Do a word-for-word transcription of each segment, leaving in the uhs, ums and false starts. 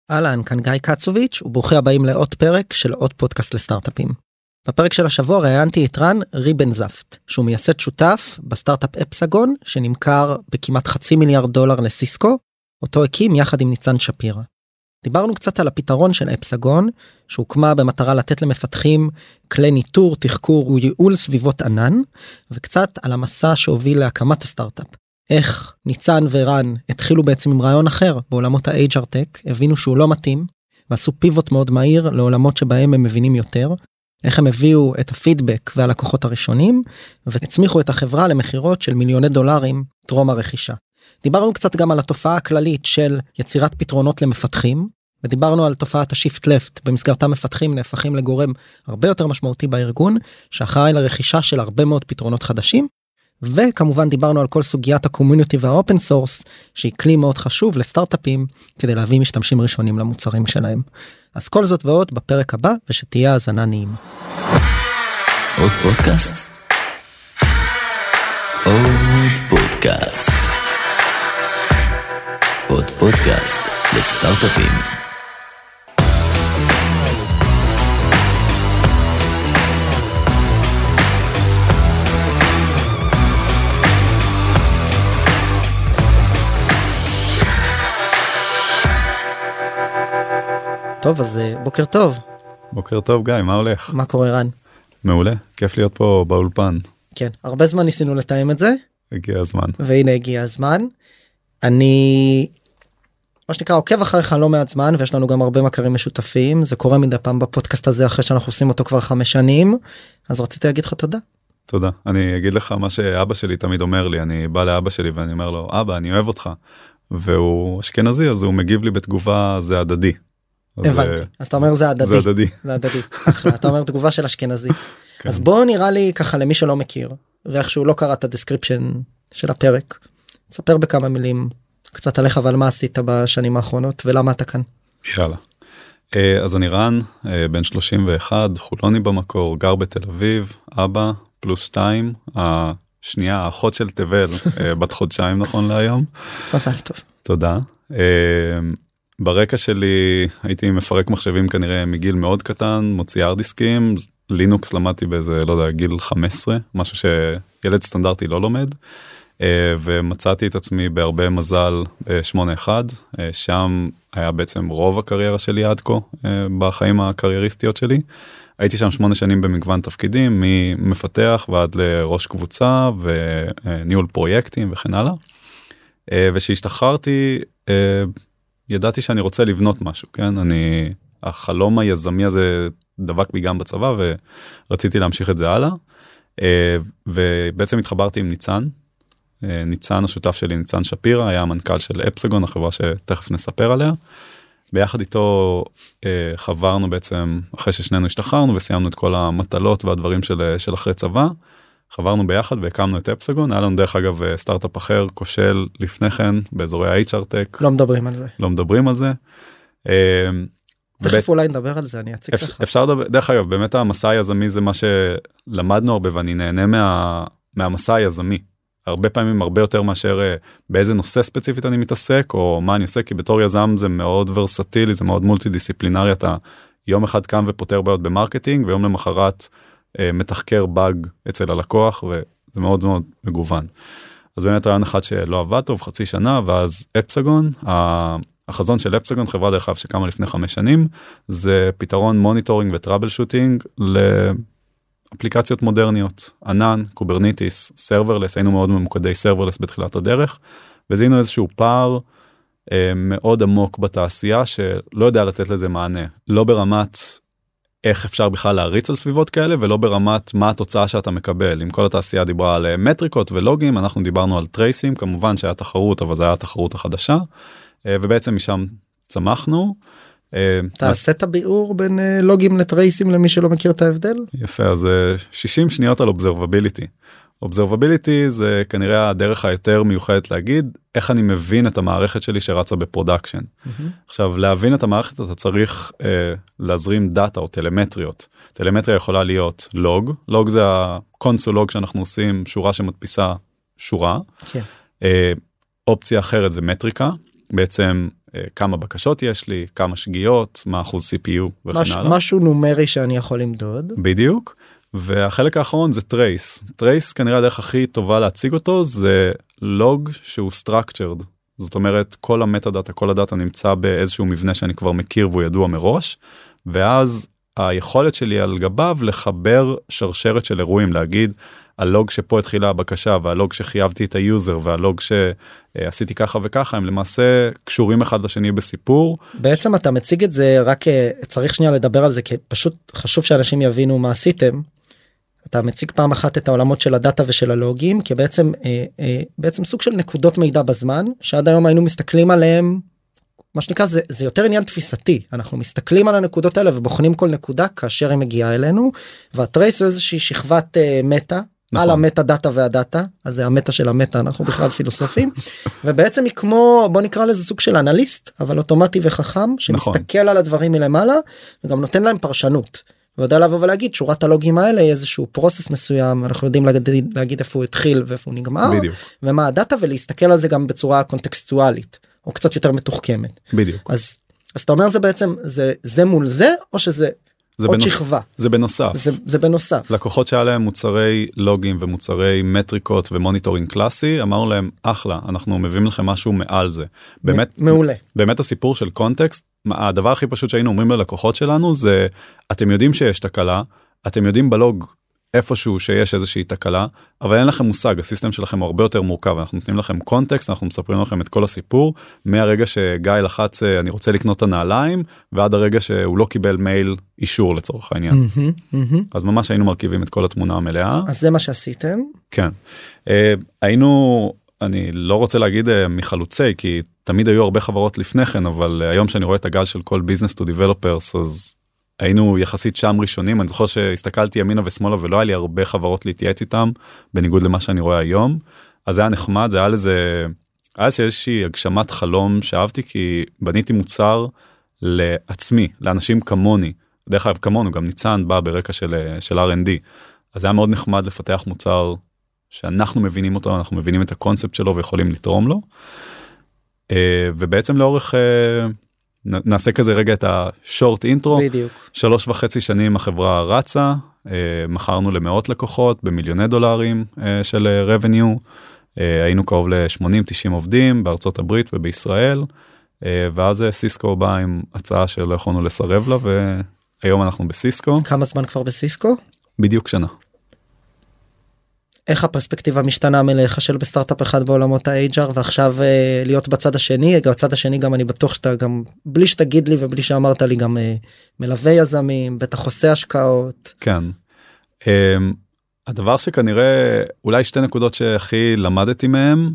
אהלן, כאן גיא קצוביץ' וברוכים הבאים לעוד פרק של עוד פודקאסט לסטארט-אפים. בפרק של השבוע ראיינתי את רן ריבנזפט, שהוא מייסד שותף בסטארט-אפ אפסגון, שנמכר בכמעט חצי מיליארד דולר לסיסקו, אותו הקים יחד עם ניצן שפירא. דיברנו קצת על הפתרון של אפסגון, שהוקמה במטרה לתת למפתחים כלי ניטור, תחקור וייעול סביבות ענן, וקצת על המסע שהוביל להקמת הסטארט-אפ. איך ניצן ורן התחילו בעצם עם רעיון אחר בעולמות ה-אייץ' אר Tech, הבינו שהוא לא מתאים, ועשו פיבוט מאוד מהיר לעולמות שבהם הם מבינים יותר, איך הם הביאו את הפידבק והלקוחות הראשונים, והצמיחו את החברה למחירות של מיליוני דולרים טרום הרכישה. דיברנו קצת גם על התופעה הכללית של יצירת פתרונות למפתחים, ודיברנו על תופעת השיפט לפט, במסגרתה מפתחים נהפכים לגורם הרבה יותר משמעותי בארגון, שאחראי לרכישה של הרבה מאוד פתרונות חדשים, וכמובן דיברנו על כל סוגיית הקומיוניטי והאופן סורס, שהיא כלי מאוד חשוב לסטארט-אפים, כדי להביא משתמשים ראשונים למוצרים שלהם. אז כל זאת ועוד בפרק הבא, ושתהיה האזנה נעימה. עוד פודקאסט? עוד פודקאסט. עוד פודקאסט לסטארט-אפים. טוב, אז בוקר טוב. בוקר טוב גיא, מה הולך? מה קורה רן? מעולה, כיף להיות פה באולפן. כן, הרבה זמן ניסינו לתאם את זה. הגיע הזמן. והנה הגיע הזמן. אני, מה שנקרא, עוקב אחריך לא מעט זמן, ויש לנו גם הרבה מכרים משותפים. זה קורה מדי פעם בפודקאסט הזה, אחרי שאנחנו עושים אותו כבר חמש שנים. אז רציתי להגיד לך תודה. תודה. אני אגיד לך מה שאבא שלי תמיד אומר לי, אני בא לאבא שלי ואני אומר לו, אבא, אני אוהב אותך. והוא אשכנזי, אז הוא מגיב לי בתגובה, זה הדדי. הבנתי, אז אתה אומר זה הדדי. זה הדדי. זה הדדי, אחלה, אתה אומר תגובה של אשכנזי. אז בואו נראה לי ככה למי שלא מכיר, ואיכשהו לא קרא את הדסקריפשן של הפרק, תספר בכמה מילים קצת עליך ועל מה עשית בשנים האחרונות ולמה אתה כאן. יאללה. אז אני רן, בן שלושים ואחת, חולוני במקור, גר בתל אביב, אבא, פלוס שתיים, השנייה, האחות של תבל, בת חודשיים נכון להיום. מזל טוב. תודה. ברקע שלי הייתי מפרק מחשבים כנראה מגיל מאוד קטן, מוציא ארדיסקים, לינוקס למדתי באיזה, לא יודע, גיל חמש עשרה, משהו שילד סטנדרטי לא לומד, ומצאתי את עצמי בהרבה מזל ב-שמונה אחד, שם היה בעצם רוב הקריירה שלי עד כה, בחיים הקרייריסטיות שלי. הייתי שם שמונה שנים במגוון תפקידים, ממפתח ועד לראש קבוצה וניהול פרויקטים וכן הלאה. ושהשתחררתי, ידעתי שאני רוצה לבנות משהו, כן? אני, החלום היזמי הזה דבק בי גם בצבא, ורציתי להמשיך את זה הלאה. ובעצם התחברתי עם ניצן. ניצן, השותף שלי, ניצן שפירא, היה המנכ"ל של אפסגון, החברה שתכף נספר עליה. ביחד איתו חברנו בעצם, אחרי ששנינו השתחררנו, וסיימנו את כל המטלות והדברים של, של אחרי צבא. חברנו ביחד והקמנו את אפסגון, היה לנו דרך אגב סטארט-אפ אחר, כושל לפני כן, באזורי ה-אייץ' אר Tech. לא מדברים על זה. לא מדברים על זה. תכף אולי נדבר על זה, אני אציג לך. אפשר לדבר, דרך אגב, באמת המסע היזמי זה מה שלמדנו הרבה, ואני נהנה מה, מהמסע היזמי. הרבה פעמים, הרבה יותר מאשר באיזה נושא ספציפית אני מתעסק, או מה אני עושה, כי בתור יזם זה מאוד ורסטילי, זה מאוד מולטי דיסציפלינרי, אתה יום אחד קם ופותר בעיות במרקטינג, ויום למחרת מתחקר באג אצל הלקוח, וזה מאוד מאוד מגוון. אז באמת רעיון אחד שלא עבד טוב, חצי שנה, ואז אפסגון, החזון של אפסגון, חברה דרך אגב שקמה לפני חמש שנים, זה פתרון מוניטורינג וטראבל שוטינג לאפליקציות מודרניות, ענן, קוברניטיס, סרברלס, היינו מאוד ממוקדי סרברלס בתחילת הדרך, וזיהינו איזשהו פער אה, מאוד עמוק בתעשייה, שלא יודע לתת לזה מענה, לא ברמת איך אפשר בכלל להריץ על סביבות כאלה, ולא ברמת מה התוצאה שאתה מקבל. אם כל התעשייה דיברה על מטריקות ולוגים, אנחנו דיברנו על טרייסים, כמובן שהיה תחרות, אבל זה היה התחרות החדשה, ובעצם משם צמחנו. תעשה את הביאור בין לוגים לטרייסים למי שלא מכיר את ההבדל? יפה, אז שישים שניות על אובזרבביליטי. אובזרבביליטי זה כנראה הדרך היותר מיוחדת להגיד איך אני מבין את המערכת שלי שרצה בפרודקשן. Mm-hmm. עכשיו, להבין את המערכת אתה צריך אה, להזרים דאטה או טלמטריות. טלמטריה יכולה להיות לוג, לוג זה הקונסול לוג שאנחנו עושים, שורה שמדפיסה שורה. Okay. אה, אופציה אחרת זה מטריקה, בעצם כמה בקשות יש לי, כמה שגיאות, מה אחוז סי פי יו וכן מש, הלאה. משהו נומרי שאני יכול למדוד. בדיוק. והחלק האחרון זה טרייס. טרייס כנראה הדרך הכי טובה להציג אותו זה לוג שהוא structured. זאת אומרת כל המטה דאטה, כל הדאטה נמצא באיזשהו מבנה שאני כבר מכיר והוא ידוע מראש, ואז היכולת שלי על גביו לחבר שרשרת של אירועים, להגיד הלוג שפה התחילה הבקשה והלוג שחייבתי את היוזר והלוג שעשיתי ככה וככה הם למעשה קשורים אחד לשני בסיפור. בעצם אתה מציג את זה רק צריך שנייה לדבר על זה כי פשוט חשוב שאנשים יבינו מה עשיתם. אתה מציג פעם אחת את העולמות של הדאטה ושל הלוגים כי בעצם בעצם סוג של נקודות מידע בזמן שעד היום היינו מסתכלים עליהם. מה שנקרא זה, זה יותר עניין תפיסתי, אנחנו מסתכלים על הנקודות האלה ובוחנים כל נקודה כאשר היא מגיעה אלינו, והטרייס הוא איזושהי שכבת uh, מטה, נכון. על המטה דאטה והדאטה, אז זה המטה של המטה, אנחנו בכלל פילוסופים, ובעצם היא כמו, בוא נקרא לזה סוג של אנליסט, אבל אוטומטי וחכם, שמסתכל נכון. על הדברים מלמעלה, וגם נותן להם פרשנות, ויודע לבוא ולהגיד, שורת הלוגים האלה היא איזשהו פרוסס מסוים, אנחנו יודעים להגיד, להגיד איפה הוא התחיל ואיפה הוא נגמר, בדיוק. ומה הדאטה, ולהסתכל על זה גם בצורה קונטקסטואלית. או קצת יותר מתוחכמת. בדיוק. אז, אז אתה אומר זה בעצם, זה, זה מול זה, או שזה זה עוד בנוס... שכבה? זה בנוסף. זה, זה בנוסף. לקוחות שהיה להם מוצרי לוגים ומוצרי מטריקות ומוניטורינג קלאסי, אמרנו להם, אחלה, אנחנו מביאים לכם משהו מעל זה. באמת, מעולה. באמת הסיפור של קונטקסט, הדבר הכי פשוט שהיינו אומרים ללקוחות שלנו, זה, אתם יודעים שיש תקלה, אתם יודעים בלוג, איפשהו שיש איזושהי תקלה, אבל אין לכם מושג, הסיסטם שלכם הוא הרבה יותר מורכב, אנחנו נותנים לכם קונטקסט, אנחנו מספרים לכם את כל הסיפור, מהרגע שגיא לחץ, אני רוצה לקנות את הנעליים, ועד הרגע שהוא לא קיבל מייל אישור לצורך העניין. Mm-hmm, mm-hmm. אז ממש היינו מרכיבים את כל התמונה המלאה. אז זה מה שעשיתם? כן. היינו, אני לא רוצה להגיד מחלוצי, כי תמיד היו הרבה חברות לפני כן, אבל היום שאני רואה את הגל של כל business to developers, אז היינו יחסית שם ראשונים, אני זוכר שהסתכלתי ימינה ושמאלה ולא היה לי הרבה חברות להתייעץ איתם, בניגוד למה שאני רואה היום, אז זה היה נחמד, זה היה לזה, היה לזה איזושהי הגשמת חלום שאהבתי, כי בניתי מוצר לעצמי, לאנשים כמוני, דרך אגב כמונו, גם ניצן בא ברקע של, של אר אנד די, אז זה היה מאוד נחמד לפתח מוצר שאנחנו מבינים אותו, אנחנו מבינים את הקונספט שלו ויכולים לתרום לו, ובעצם לאורך נעשה כזה רגע את השורט אינטרו. בדיוק. שלוש וחצי שנים החברה רצה, מכרנו למאות לקוחות במיליוני דולרים של revenue, היינו קרוב ל-שמונים תשעים עובדים בארצות הברית ובישראל, ואז סיסקו בא עם הצעה שלא יכולנו לסרב לה, והיום אנחנו בסיסקו. כמה זמן כבר בסיסקו? בדיוק שנה. איך הפרספקטיבה משתנה מלך של בסטארט-אפ אחד בעולמות ה-אייץ' אר ועכשיו uh, להיות בצד השני, בצד השני גם אני בטוח שאתה גם, בלי שתגיד לי ובלי שאמרת לי גם uh, מלווה יזמים, בטח עושה השקעות. כן. Um, הדבר שכנראה, אולי שתי נקודות שהכי למדתי מהם,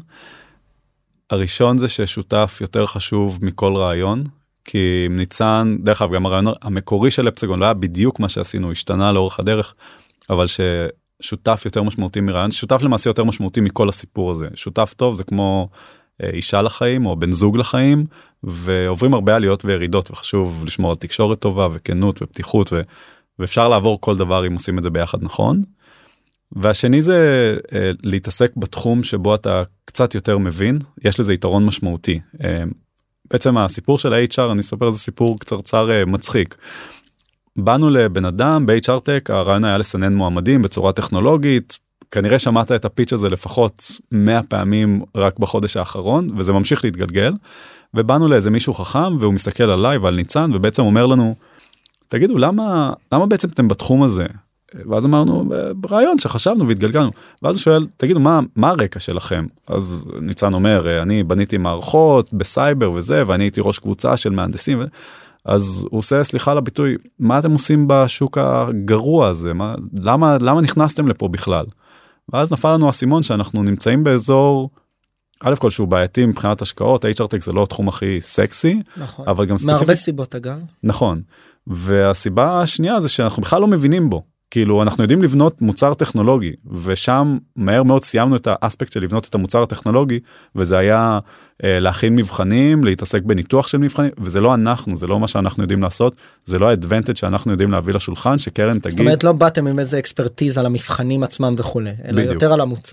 הראשון זה ששותף יותר חשוב מכל רעיון, כי ניצן, דרך אגב גם הרעיון המקורי של אפסגון לא היה בדיוק מה שעשינו, השתנה לאורך הדרך, אבל ש... שותף יותר משמעותי מרעיון, שותף למעשה יותר משמעותי מכל הסיפור הזה. שותף טוב זה כמו אה, אישה לחיים או בן זוג לחיים, ועוברים הרבה עליות וירידות, וחשוב לשמור על תקשורת טובה וכנות ופתיחות, ו, ואפשר לעבור כל דבר אם עושים את זה ביחד נכון. והשני זה אה, להתעסק בתחום שבו אתה קצת יותר מבין, יש לזה יתרון משמעותי. אה, בעצם הסיפור של ה-אייץ' אר, אני אספר איזה סיפור קצרצר אה, מצחיק. באנו לבן אדם ב-אייץ' אר Tech, הרעיון היה לסנן מועמדים בצורה טכנולוגית, כנראה שמעת את הפיץ' הזה לפחות מאה פעמים רק בחודש האחרון, וזה ממשיך להתגלגל, ובאנו לאיזה מישהו חכם, והוא מסתכל עליי ועל ניצן, ובעצם אומר לנו, תגידו, למה, למה בעצם אתם בתחום הזה? ואז אמרנו, ברעיון שחשבנו והתגלגלנו, ואז הוא שואל, תגידו, מה, מה הרקע שלכם? אז ניצן אומר, אני בניתי מערכות בסייבר וזה, ואני הייתי ראש קבוצה של מהנדסים ו... אז הוא עושה, סליחה על הביטוי, מה אתם עושים בשוק הגרוע הזה? מה, למה, למה נכנסתם לפה בכלל? ואז נפל לנו הסימון שאנחנו נמצאים באזור, א' כל שהוא בעייתי מבחינת השקעות, אייץ' אר Tech זה לא התחום הכי סקסי, נכון. אבל גם ספציפית. מהרבה סיבות אגב. נכון. והסיבה השנייה זה שאנחנו בכלל לא מבינים בו. כאילו אנחנו יודעים לבנות מוצר טכנולוגי, ושם מהר מאוד סיימנו את האספקט של לבנות את המוצר הטכנולוגי, וזה היה אה, להכין מבחנים, להתעסק בניתוח של מבחנים, וזה לא אנחנו, זה לא מה שאנחנו יודעים לעשות, זה לא האדוונטג' שאנחנו יודעים להביא לשולחן, שקרן תגיד... זאת אומרת, לא באתם עם איזה אקספרטיז על המבחנים עצמם וכו', אלא בדיוק. יותר על המוצר.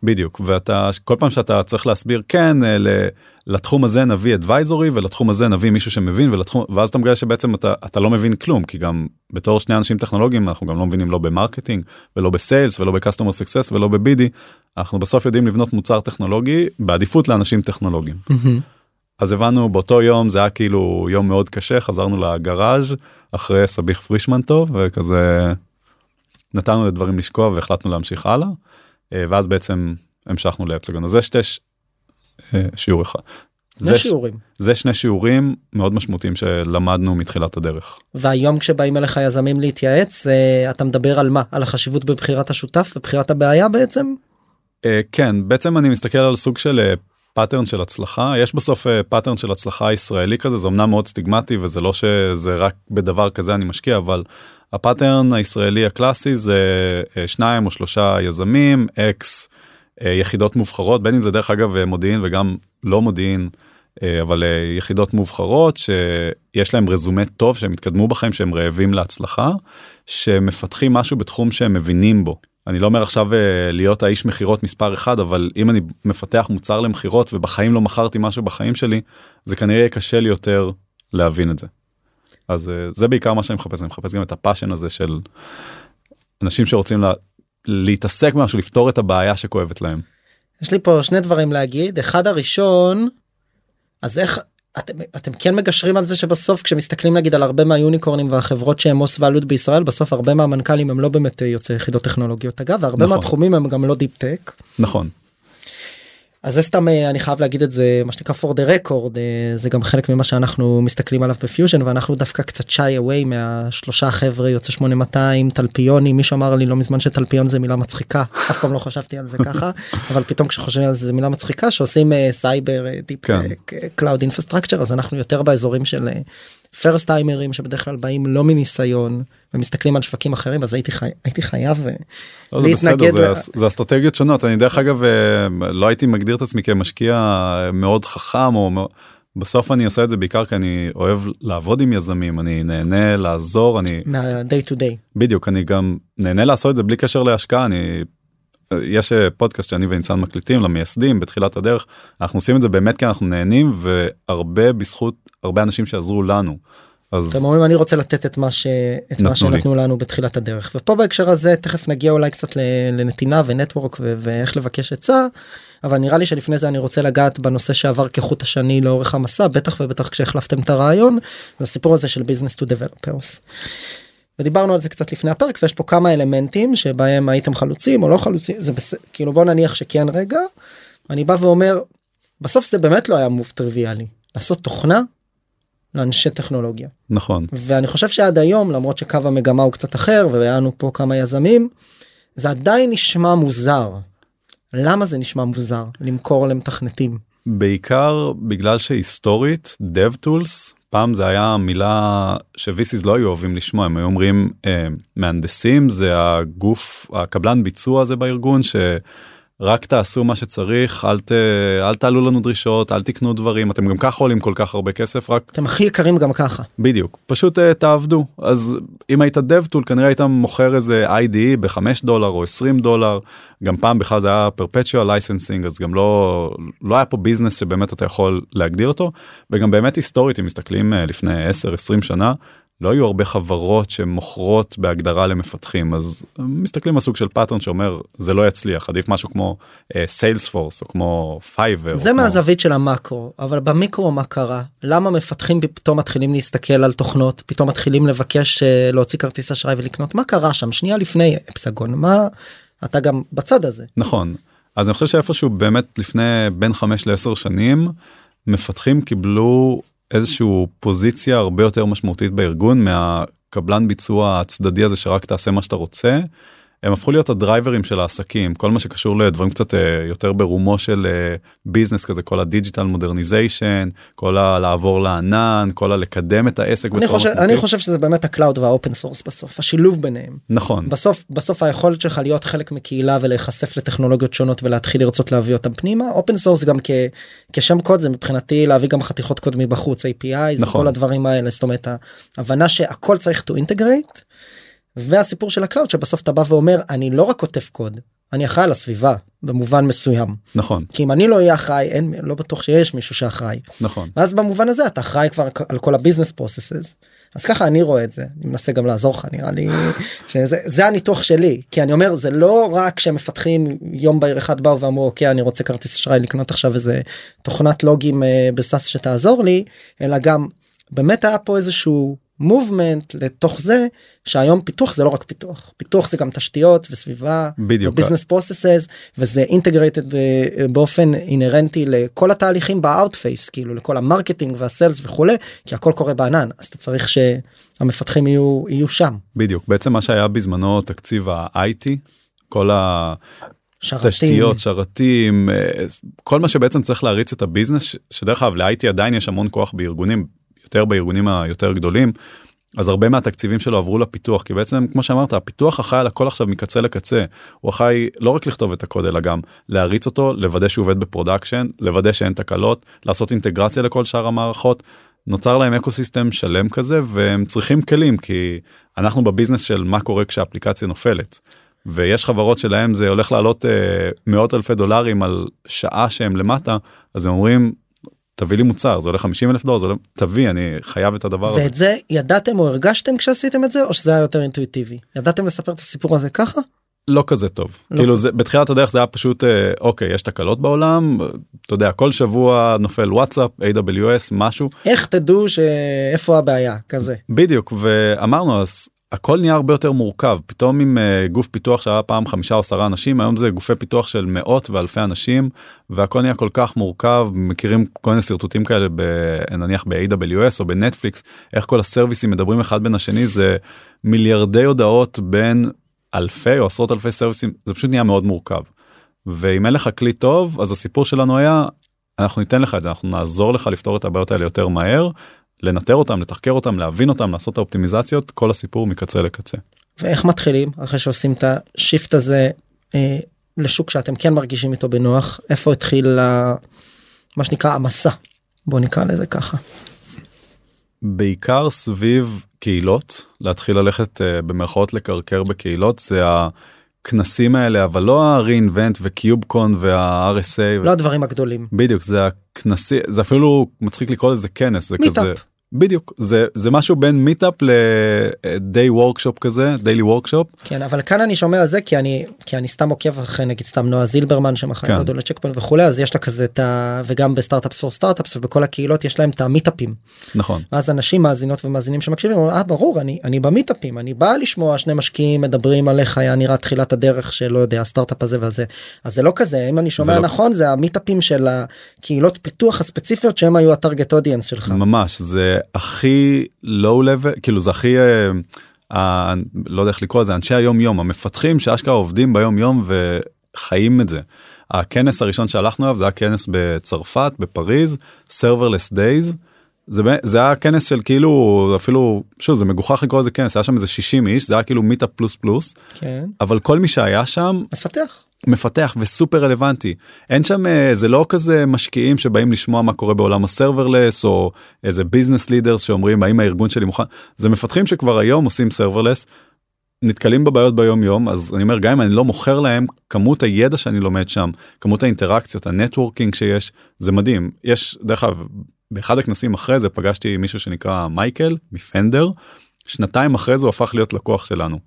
בדיוק, ואתה, כל פעם שאתה צריך להסביר, כן, לתחום הזה נביא אדוויזורי, ולתחום הזה נביא מישהו שמבין, ולתחום, ואז אתה מגלה שבעצם אתה, אתה לא מבין כלום, כי גם בתור שני אנשים טכנולוגיים, אנחנו גם לא מבינים לא במרקטינג, ולא בסיילס, ולא בקסטומר סקסס, ולא בבידי, אנחנו בסוף יודעים לבנות מוצר טכנולוגי, בעדיפות לאנשים טכנולוגיים. אז הבנו, באותו יום, זה היה כאילו יום מאוד קשה, חזרנו לגראז' אחרי סביח פרישמן טוב, וכזה נתנו לדברים לשקוע, והחלטנו להמשיך הלאה, ואז בעצם המשכנו לאפסגון. אז זה שתי ש... שיעור אחד. זה שיעורים. זה שני שיעורים מאוד משמעותיים שלמדנו מתחילת הדרך. והיום כשבאים אליך יזמים להתייעץ, אתה מדבר על מה? על החשיבות בבחירת השותף ובחירת הבעיה בעצם? כן, בעצם אני מסתכל על סוג של פאטרן של הצלחה. יש בסוף פאטרן של הצלחה ישראלי כזה, זה אמנם מאוד סטיגמטי, וזה לא שזה רק בדבר כזה אני משקיע, אבל הפאטרן הישראלי הקלאסי זה שניים או שלושה יזמים, אקס יחידות מובחרות, בין אם זה דרך אגב מודיעין וגם לא מודיעין, אבל יחידות מובחרות שיש להם רזומה טוב, שהם התקדמו בחיים, שהם רעבים להצלחה, שמפתחים משהו בתחום שהם מבינים בו. אני לא אומר עכשיו להיות האיש מחירות מספר אחד, אבל אם אני מפתח מוצר למחירות ובחיים לא מכרתי משהו בחיים שלי, זה כנראה יהיה קשה לי יותר להבין את זה. אז זה בעיקר מה שאני מחפש, אני מחפש גם את הפאשן הזה של אנשים שרוצים לה, להתעסק משהו, לפתור את הבעיה שכואבת להם. יש לי פה שני דברים להגיד. אחד הראשון, אז איך, אתם, אתם כן מגשרים על זה שבסוף כשמסתכלים נגיד על הרבה מהיוניקורנים והחברות שהם מוס ואלוט בישראל, בסוף הרבה מהמנכ"לים הם לא באמת יוצאי יחידות טכנולוגיות אגב, והרבה נכון. מהתחומים הם גם לא דיפ טק. נכון. אז זה סתם, אני חייב להגיד את זה, מה שנקרא for the record, זה גם חלק ממה שאנחנו מסתכלים עליו בפיוז'ן, ואנחנו דווקא קצת shy away מהשלושה חבר'ה, יוצא שמונה מאתיים, טלפיוני, מישהו אמר לי לא מזמן שטלפיון זה מילה מצחיקה, אף פעם לא חשבתי על זה ככה, אבל פתאום כשחושבים על זה, זה מילה מצחיקה, שעושים סייבר, דיפ טק, קלאוד אינפרסטרקצ'ר, אז אנחנו יותר באזורים של פרסט טיימרים, שבדרך כלל באים לא מניסיון, ומסתכלים על שווקים אחרים, אז הייתי, חי... הייתי חייב להתנגד. זה, זה אסטרטגיות שונות. אני דרך אגב, לא הייתי מגדיר את עצמי כמשקיע מאוד חכם, או בסוף אני עושה את זה בעיקר כי אני אוהב לעבוד עם יזמים, אני נהנה לעזור, אני... מה-day to day. בדיוק, אני גם נהנה לעשות את זה בלי קשר להשקעה, אני... יש פודקאסט שאני וניצן מקליטים למייסדים בתחילת הדרך, אנחנו עושים את זה באמת כי אנחנו נהנים, והרבה בזכות, הרבה אנשים שעזרו לנו. אתם אומרים, אני רוצה לתת את מה, ש... את מה שנתנו לנו בתחילת הדרך. ופה בהקשר הזה, תכף נגיע אולי קצת לנתינה ונטוורק ו... ואיך לבקש עצה, אבל נראה לי שלפני זה אני רוצה לגעת בנושא שעבר כחוט השני לאורך המסע, בטח ובטח כשהחלפתם את הרעיון, זה הסיפור הזה של business to developers. ודיברנו על זה קצת לפני הפרק, ויש פה כמה אלמנטים שבהם הייתם חלוצים או לא חלוצים, זה בס... כאילו בוא נניח שכן רגע, אני בא ואומר, בסוף זה באמת לא היה מוב טריוויאלי, לעשות תוכנה, לאנשי טכנולוגיה. נכון. ואני חושב שעד היום, למרות שקו המגמה הוא קצת אחר, וראינו פה כמה יזמים, זה עדיין נשמע מוזר. למה זה נשמע מוזר? למכור למתכנתים. בעיקר בגלל שהיסטורית, DevTools, פעם זה היה מילה ש-וי סי'ס לא היו אוהבים לשמוע, הם היו אומרים, אה, מהנדסים זה הגוף, הקבלן ביצוע הזה בארגון, ש... רק תעשו מה שצריך, אל, ת, אל תעלו לנו דרישות, אל תקנו דברים, אתם גם ככה עולים כל כך הרבה כסף, רק... אתם הכי יקרים גם ככה. בדיוק, פשוט uh, תעבדו. אז אם היית DevTool, כנראה היית מוכר איזה איי די אי בחמש דולר או עשרים דולר, גם פעם בכלל זה היה perpetual licensing, אז גם לא, לא היה פה ביזנס שבאמת אתה יכול להגדיר אותו, וגם באמת היסטורית, אם מסתכלים uh, לפני עשר עשרים שנה, לא היו הרבה חברות שמוכרות בהגדרה למפתחים, אז מסתכלים מסוג של פאטרן שאומר, זה לא יצליח, עדיף משהו כמו סיילספורס, או כמו פייבר. זה מהזווית של המקרו, אבל במיקרו מה קרה? למה מפתחים פתאום מתחילים להסתכל על תוכנות, פתאום מתחילים לבקש להוציא כרטיס אשראי ולקנות? מה קרה שם? שנייה לפני אפסגון, מה? אתה גם בצד הזה. נכון, אז אני חושב שאיפשהו באמת לפני בין חמש לעשר שנים, מפתחים קיבלו איזשהו פוזיציה הרבה יותר משמעותית בארגון מהקבלן ביצוע הצדדי הזה שרק תעשה מה שאתה רוצה. הם הפכו להיות הדרייברים של העסקים, כל מה שקשור לדברים קצת יותר ברומו של ביזנס כזה, כל הדיג'יטל מודרניזיישן, כל הלעבור לענן, כל הלקדם את העסק. אני חושב, אני חושב שזה באמת הקלאוד והאופן סורס בסוף, השילוב ביניהם. נכון. בסוף, בסוף היכולת שלך להיות חלק מקהילה ולהיחשף לטכנולוגיות שונות ולהתחיל לרצות להביא אותם פנימה. אופן סורס גם כ, כשם קוד זה מבחינתי להביא גם חתיכות קוד מבחוץ, איי פי איז, נכון. וכל הדברים האלה, זאת אומרת, ההבנה שהכל צריך to integrate, והסיפור של הקלאוד שבסוף אתה בא ואומר אני לא רק כותב קוד, אני אחראי על הסביבה במובן מסוים. נכון. כי אם אני לא אהיה אחראי, אין, לא בטוח שיש מישהו שאחראי. נכון. ואז במובן הזה אתה אחראי כבר על כל הביזנס פרוססס. אז ככה אני רואה את זה. אני מנסה גם לעזור לך, נראה לי שזה, זה הניתוח שלי. כי אני אומר, זה לא רק שמפתחים יום בהיר אחד באו ואמרו, אוקיי, אני רוצה כרטיס אשראי לקנות עכשיו איזה תוכנת לוגים אה, בסאס שתעזור לי, אלא גם באמת היה פה איזשהו מובמנט לתוך זה שהיום פיתוח זה לא רק פיתוח, פיתוח זה גם תשתיות וסביבה, ביזנס פרוססס, וזה אינטגרייטד באופן אינרנטי לכל התהליכים באאוטפייס, כאילו לכל המרקטינג והסלס וכולי, כי הכל קורה בענן, אז אתה צריך שהמפתחים יהיו, יהיו שם. בדיוק, בעצם מה שהיה בזמנו תקציב ה-איי טי, כל התשתיות, שרתים, כל מה שבעצם צריך להריץ את הביזנס, שדרך אגב ל-איי טי עדיין יש המון כוח בארגונים, יותר בארגונים היותר גדולים, אז הרבה מהתקציבים שלו עברו לפיתוח, כי בעצם, כמו שאמרת, הפיתוח אחראי על הכל עכשיו מקצה לקצה, הוא אחראי לא רק לכתוב את הקוד, אלא גם להריץ אותו, לוודא שהוא עובד בפרודקשן, לוודא שאין תקלות, לעשות אינטגרציה לכל שאר המערכות, נוצר להם אקוסיסטם שלם כזה, והם צריכים כלים, כי אנחנו בביזנס של מה קורה כשהאפליקציה נופלת, ויש חברות שלהם זה הולך לעלות אה, מאות אלפי דולרים על שעה שהם למטה, אז הם אומרים, תביא לי מוצר, זה עולה חמישים אלף דולר, זה עולה, תביא, אני חייב את הדבר הזה. ואת זה ידעתם או הרגשתם כשעשיתם את זה, או שזה היה יותר אינטואיטיבי? ידעתם לספר את הסיפור הזה ככה? לא כזה טוב. לא כאילו, זה, בתחילת הדרך זה היה פשוט, אוקיי, יש תקלות בעולם, אתה יודע, כל שבוע נופל וואטסאפ, איי דאבליו אס, משהו. איך תדעו שאיפה הבעיה, כזה? בדיוק, ואמרנו, אז הכל נהיה הרבה יותר מורכב, פתאום עם uh, גוף פיתוח שהיה פעם חמישה או עשרה אנשים, היום זה גופי פיתוח של מאות ואלפי אנשים, והכל נהיה כל כך מורכב, מכירים כל מיני סרטוטים כאלה, ב, נניח ב-איי דאבליו אס או בנטפליקס, איך כל הסרוויסים מדברים אחד בין השני, זה מיליארדי הודעות בין אלפי או עשרות אלפי סרוויסים, זה פשוט נהיה מאוד מורכב. ואם אין לך כלי טוב, אז הסיפור שלנו היה, אנחנו ניתן לך את זה, אנחנו נעזור לך לפתור את הבעיות האלה יותר מהר, לנטר אותם, לתחקר אותם, להבין אותם, לעשות את האופטימיזציות, כל הסיפור מקצה לקצה. ואיך מתחילים, אחרי שעושים את השיפט הזה אה, לשוק שאתם כן מרגישים איתו בנוח, איפה התחיל לה, מה שנקרא המסע? בוא נקרא לזה ככה. בעיקר סביב קהילות, להתחיל ללכת אה, במרכאות לקרקר בקהילות, זה הכנסים האלה, אבל לא ה-Reinvent וקיובקון וה-אר אס איי. לא הדברים הגדולים. בדיוק, זה הכנסי, זה אפילו מצחיק לקרוא לזה כנס, זה כזה. מיטאפ. בדיוק, זה, זה משהו בין מיטאפ ל-day workshop כזה, daily workshop. כן, אבל כאן אני שומע על זה, כי אני, כי אני סתם עוקב אחרי, נגיד סתם נועה זילברמן, שמחר את הדולה צ'קפוינט וכולי, אז יש לה כזה את ה... וגם בסטארט-אפס פור סטארט-אפס, ובכל הקהילות יש להם את המיטאפים. נכון. אז אנשים מאזינות ומאזינים שמקשיבים, אומרים, אה, ברור, אני, אני במיטאפים, אני בא לשמוע שני משקיעים מדברים עליך, היה נראה תחילת הדרך שלא יודע, הסטארט-אפ הזה והזה. אז זה לא כזה, אם אני שומע נכון, זה המיטאפים של הקהילות פיתוח הספציפיות, שהם היו הטרגט אודיאנס שלך. ממש, זה הכי low level, כאילו זה הכי, אה, אה, לא יודע איך לקרוא את זה, אנשי היום יום, המפתחים שאשכרה עובדים ביום יום וחיים את זה. הכנס הראשון שהלכנו אליו, זה היה כנס בצרפת, בפריז, Serverless Days, זה, זה היה כנס של כאילו, אפילו, שוב, זה מגוחך לקרוא איזה כנס, היה שם איזה שישים איש, זה היה כאילו מיטאפ פלוס פלוס, כן. אבל כל מי שהיה שם, מפתח. מפתח וסופר רלוונטי. אין שם, זה לא כזה משקיעים שבאים לשמוע מה קורה בעולם הסרברלס, או איזה ביזנס לידרס שאומרים, האם הארגון שלי מוכן, זה מפתחים שכבר היום עושים סרברלס, נתקלים בבעיות ביום יום, אז אני אומר, גם אם אני לא מוכר להם, כמות הידע שאני לומד שם, כמות האינטראקציות, הנטוורקינג שיש, זה מדהים. יש, דרך אגב, באחד הכנסים אחרי זה, פגשתי מישהו שנקרא מייקל, מפנדר, שנתיים אחרי זה הוא הפך להיות לקוח שלנו.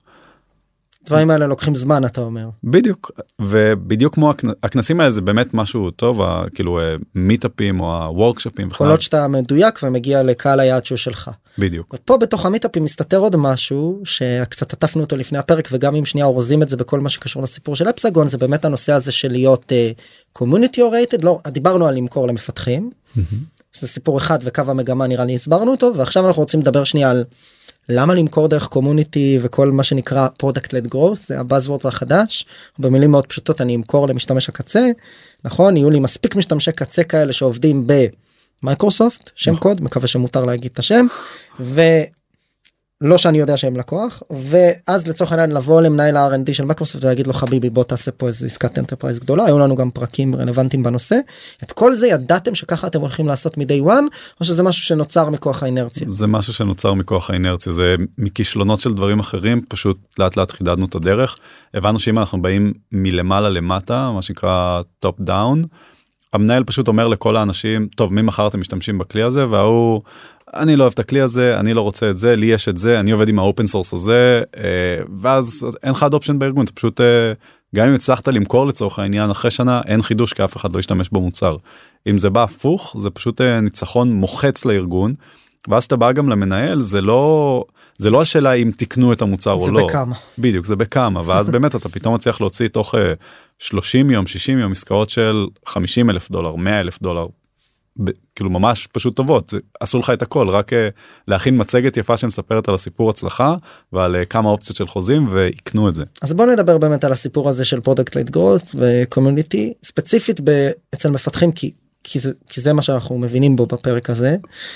דברים האלה לוקחים זמן, אתה אומר. בדיוק, ובדיוק כמו הכנסים האלה זה באמת משהו טוב, כאילו מיטאפים או הוורקשופים. כל עוד שאתה מדויק ומגיע לקהל היעד שהוא שלך. בדיוק. ופה בתוך המיטאפים מסתתר עוד משהו שקצת עטפנו אותו לפני הפרק, וגם אם שנייה אורזים את זה בכל מה שקשור לסיפור של אפסגון, זה באמת הנושא הזה של להיות uh, community oriented, לא, דיברנו על למכור למפתחים, mm-hmm. שזה סיפור אחד וקו המגמה נראה לי הסברנו אותו, ועכשיו אנחנו רוצים לדבר שנייה על למה למכור דרך קומיוניטי וכל מה שנקרא product led growth, זה הבאזוורד החדש, במילים מאוד פשוטות אני אמכור למשתמש הקצה, נכון, יהיו לי מספיק משתמשי קצה כאלה שעובדים במייקרוסופט, שם קוד, מקווה שמותר להגיד את השם, לא שאני יודע שהם לקוח, ואז לצורך העניין לבוא למנהל ה-אר אנד די של מייקרוסופט ולהגיד לו חביבי בוא תעשה פה איזו עסקת אנטרפרייז גדולה, היו לנו גם פרקים רלוונטיים בנושא, את כל זה ידעתם שככה אתם הולכים לעשות מ-day one, או שזה משהו שנוצר מכוח האינרציה? זה משהו שנוצר מכוח האינרציה, זה מכישלונות של דברים אחרים, פשוט לאט לאט חידדנו את הדרך, הבנו שאם אנחנו באים מלמעלה למטה, מה שנקרא top down, המנהל פשוט אומר לכל האנשים, טוב, ממחר אתם משתמשים בכלי הזה, והוא, אני לא אוהב את הכלי הזה, אני לא רוצה את זה, לי יש את זה, אני עובד עם האופן סורס הזה, ואז אין לך אדופשן בארגון, אתה פשוט, גם אם הצלחת למכור לצורך העניין, אחרי שנה אין חידוש, כי אף אחד לא ישתמש במוצר. אם זה בא הפוך, זה פשוט ניצחון מוחץ לארגון, ואז שאתה בא גם למנהל, זה לא, זה לא השאלה אם תקנו את המוצר או לא. זה בכמה. בדיוק, זה בכמה, ואז באמת אתה פתאום מצליח להוציא תוך שלושים יום, שישים יום, עסקאות של חמישים אלף דולר, מאה אלף דולר, כאילו ממש פשוט טובות, עשו לך את הכל, רק להכין מצגת יפה שמספרת על הסיפור הצלחה, ועל כמה אופציות של חוזים, ויקנו את זה. אז בואו נדבר באמת על הסיפור הזה של Product-Led Growth ו-Community, ספציפית אצל מפתחים, כי, כי, זה, כי זה מה שאנחנו מבינים בו בפרק הזה.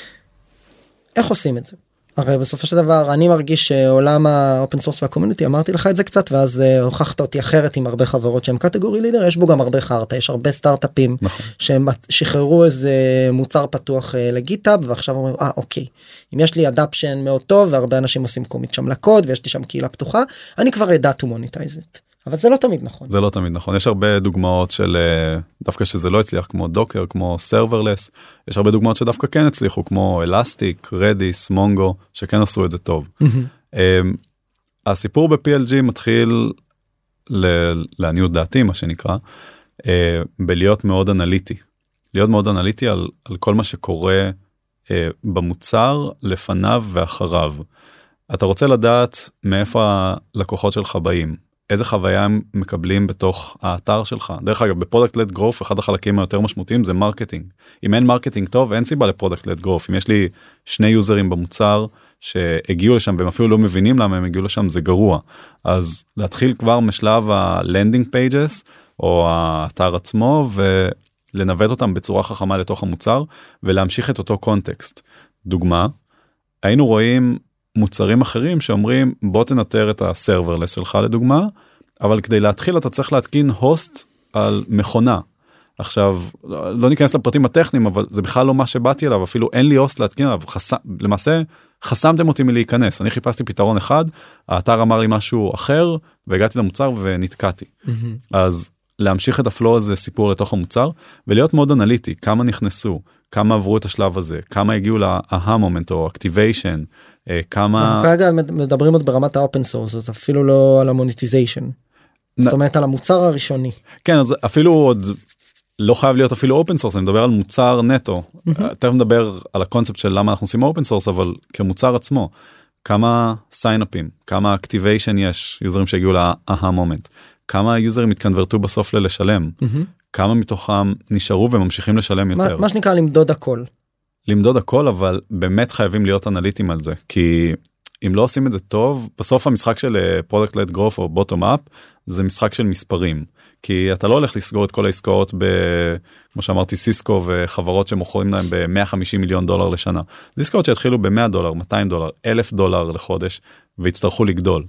איך עושים את זה? הרי בסופו של דבר אני מרגיש שעולם האופן סורס והקומיוניטי, אמרתי לך את זה קצת, ואז הוכחת אותי אחרת עם הרבה חברות שהם קטגורי לידר, יש בו גם הרבה חרטה, יש הרבה סטארט-אפים נכון. שהם שחררו איזה מוצר פתוח לגיטאב, ועכשיו אומרים, אה אוקיי, אם יש לי אדאפשן מאוד טוב, והרבה אנשים עושים קומיט שם לקוד, ויש לי שם קהילה פתוחה, אני כבר ידע to monetize it. אבל זה לא תמיד נכון. זה לא תמיד נכון. יש הרבה דוגמאות של, דווקא שזה לא הצליח, כמו דוקר, כמו סרברלס. יש הרבה דוגמאות שדווקא כן הצליחו, כמו אלסטיק, רדיס, מונגו, שכן עשו את זה טוב. הסיפור ב-פי אל ג'י מתחיל, לעניות דעתי, מה שנקרא, בלהיות מאוד אנליטי. להיות מאוד אנליטי על, על כל מה שקורה במוצר, לפניו ואחריו. אתה רוצה לדעת מאיפה הלקוחות שלך באים. איזה חוויה הם מקבלים בתוך האתר שלך. דרך אגב, ב-Product-Led Growth, אחד החלקים היותר משמעותיים זה מרקטינג. אם אין מרקטינג טוב, אין סיבה ל-Product-Led Growth. אם יש לי שני יוזרים במוצר שהגיעו לשם, והם אפילו לא מבינים למה הם הגיעו לשם, זה גרוע. אז להתחיל כבר משלב ה-Landing Pages, או האתר עצמו, ולנווט אותם בצורה חכמה לתוך המוצר, ולהמשיך את אותו קונטקסט. דוגמה, היינו רואים מוצרים אחרים שאומרים בוא תנטר את הסרברלס שלך לדוגמה, אבל כדי להתחיל אתה צריך להתקין הוסט על מכונה. עכשיו, לא ניכנס לפרטים הטכניים, אבל זה בכלל לא מה שבאתי אליו, אפילו אין לי הוסט להתקין עליו, חס... למעשה חסמתם אותי מלהיכנס, אני חיפשתי פתרון אחד, האתר אמר לי משהו אחר, והגעתי למוצר ונתקעתי. Mm-hmm. אז להמשיך את הפלואו הזה סיפור לתוך המוצר, ולהיות מאוד אנליטי, כמה נכנסו, כמה עברו את השלב הזה, כמה הגיעו לה-aha moment או activation, כמה... אנחנו כרגע מדברים עוד ברמת האופן סורס, אז אפילו לא על המוניטיזיישן. זאת אומרת על המוצר הראשוני. כן, אז אפילו עוד לא חייב להיות אפילו אופן סורס, אני מדבר על מוצר נטו. תכף מדבר על הקונספט של למה אנחנו עושים אופן סורס, אבל כמוצר עצמו, כמה סיינאפים, כמה activation יש, יוזרים שהגיעו לה-aha moment, כמה יוזרים התקנברטו בסוף ללשלם, כמה מתוכם נשארו וממשיכים לשלם יותר. מה שנקרא למדוד הכל. למדוד הכל, אבל באמת חייבים להיות אנליטים על זה, כי אם לא עושים את זה טוב, בסוף המשחק של Product-Led Growth או Bottom-Up, זה משחק של מספרים, כי אתה לא הולך לסגור את כל העסקאות ב, כמו שאמרתי, סיסקו וחברות שמוכרים להם ב-מאה וחמישים מיליון דולר לשנה. זה עסקאות שהתחילו ב-מאה דולר, מאתיים דולר, אלף דולר לחודש, והצטרכו לגדול.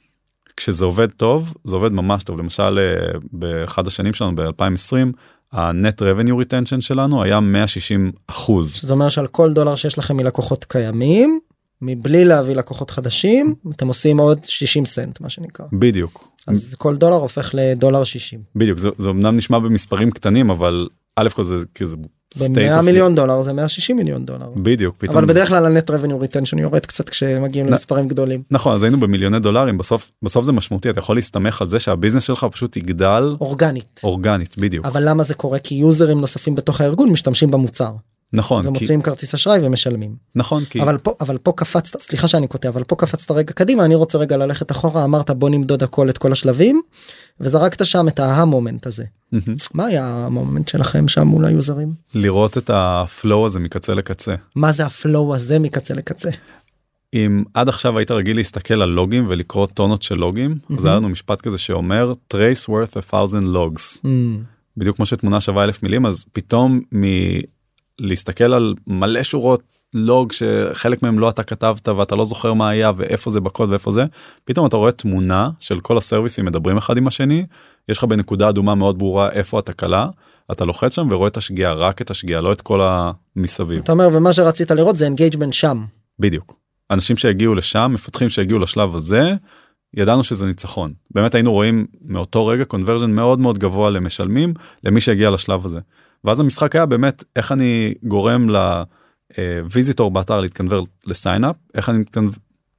כשזה עובד טוב, זה עובד ממש טוב. למשל, באחד השנים שלנו, ב-אלפיים ועשרים, ה-Net Revenue Retention שלנו היה מאה ושישים אחוז. שזה אומר שעל כל דולר שיש לכם מלקוחות קיימים, מבלי להביא לקוחות חדשים, אתם עושים עוד שישים סנט, מה שנקרא. בדיוק. אז כל דולר הופך לדולר שישים. בדיוק, זה, זה אמנם נשמע במספרים קטנים, אבל א' כל זה כזה... ב-מאה מיליון דולר זה מאה ושישים מיליון דולר. בדיוק. פתאום... אבל בדרך כלל ה-Net Revenue Retention יורד קצת כשמגיעים נ... למספרים גדולים. נכון, אז היינו במיליוני דולרים, בסוף, בסוף זה משמעותי, אתה יכול להסתמך על זה שהביזנס שלך פשוט יגדל... אורגנית. אורגנית, בדיוק. אבל למה זה קורה? כי יוזרים נוספים בתוך הארגון משתמשים במוצר. נכון. ומוצאים כי... כרטיס אשראי ומשלמים. נכון, כי... אבל פה, אבל פה קפצת, סליחה שאני כותב, אבל פה קפצת רגע קדימה, אני רוצה רגע ללכת אחורה, אמרת בוא נמדוד הכל, את כל השלבים, וזרקת שם את ההמומנט הזה. Mm-hmm. מה היה המומנט שלכם שם מול היוזרים? לראות את הפלואו הזה מקצה לקצה. מה זה הפלואו הזה מקצה לקצה? אם עד עכשיו היית רגיל להסתכל על לוגים ולקרוא טונות של לוגים, mm-hmm. אז היה לנו משפט כזה שאומר, trace worth a thousand logs. Mm-hmm. בדיוק כמו שתמונה שווה אלף מילים, אז פתאום מ... להסתכל על מלא שורות לוג שחלק מהם לא אתה כתבת ואתה לא זוכר מה היה ואיפה זה בקוד ואיפה זה, פתאום אתה רואה תמונה של כל הסרוויסים מדברים אחד עם השני, יש לך בנקודה אדומה מאוד ברורה איפה התקלה, אתה לוחץ שם ורואה את השגיאה, רק את השגיאה, לא את כל המסביב. אתה אומר, ומה שרצית לראות זה engagement שם. בדיוק. אנשים שהגיעו לשם, מפתחים שהגיעו לשלב הזה, ידענו שזה ניצחון. באמת היינו רואים מאותו רגע קונברז'ן מאוד מאוד גבוה למשלמים, למי שהגיע לשלב הזה. ואז המשחק היה באמת, איך אני גורם לוויזיטור באתר להתקנברט לסיינאפ, איך אני מתקנברט,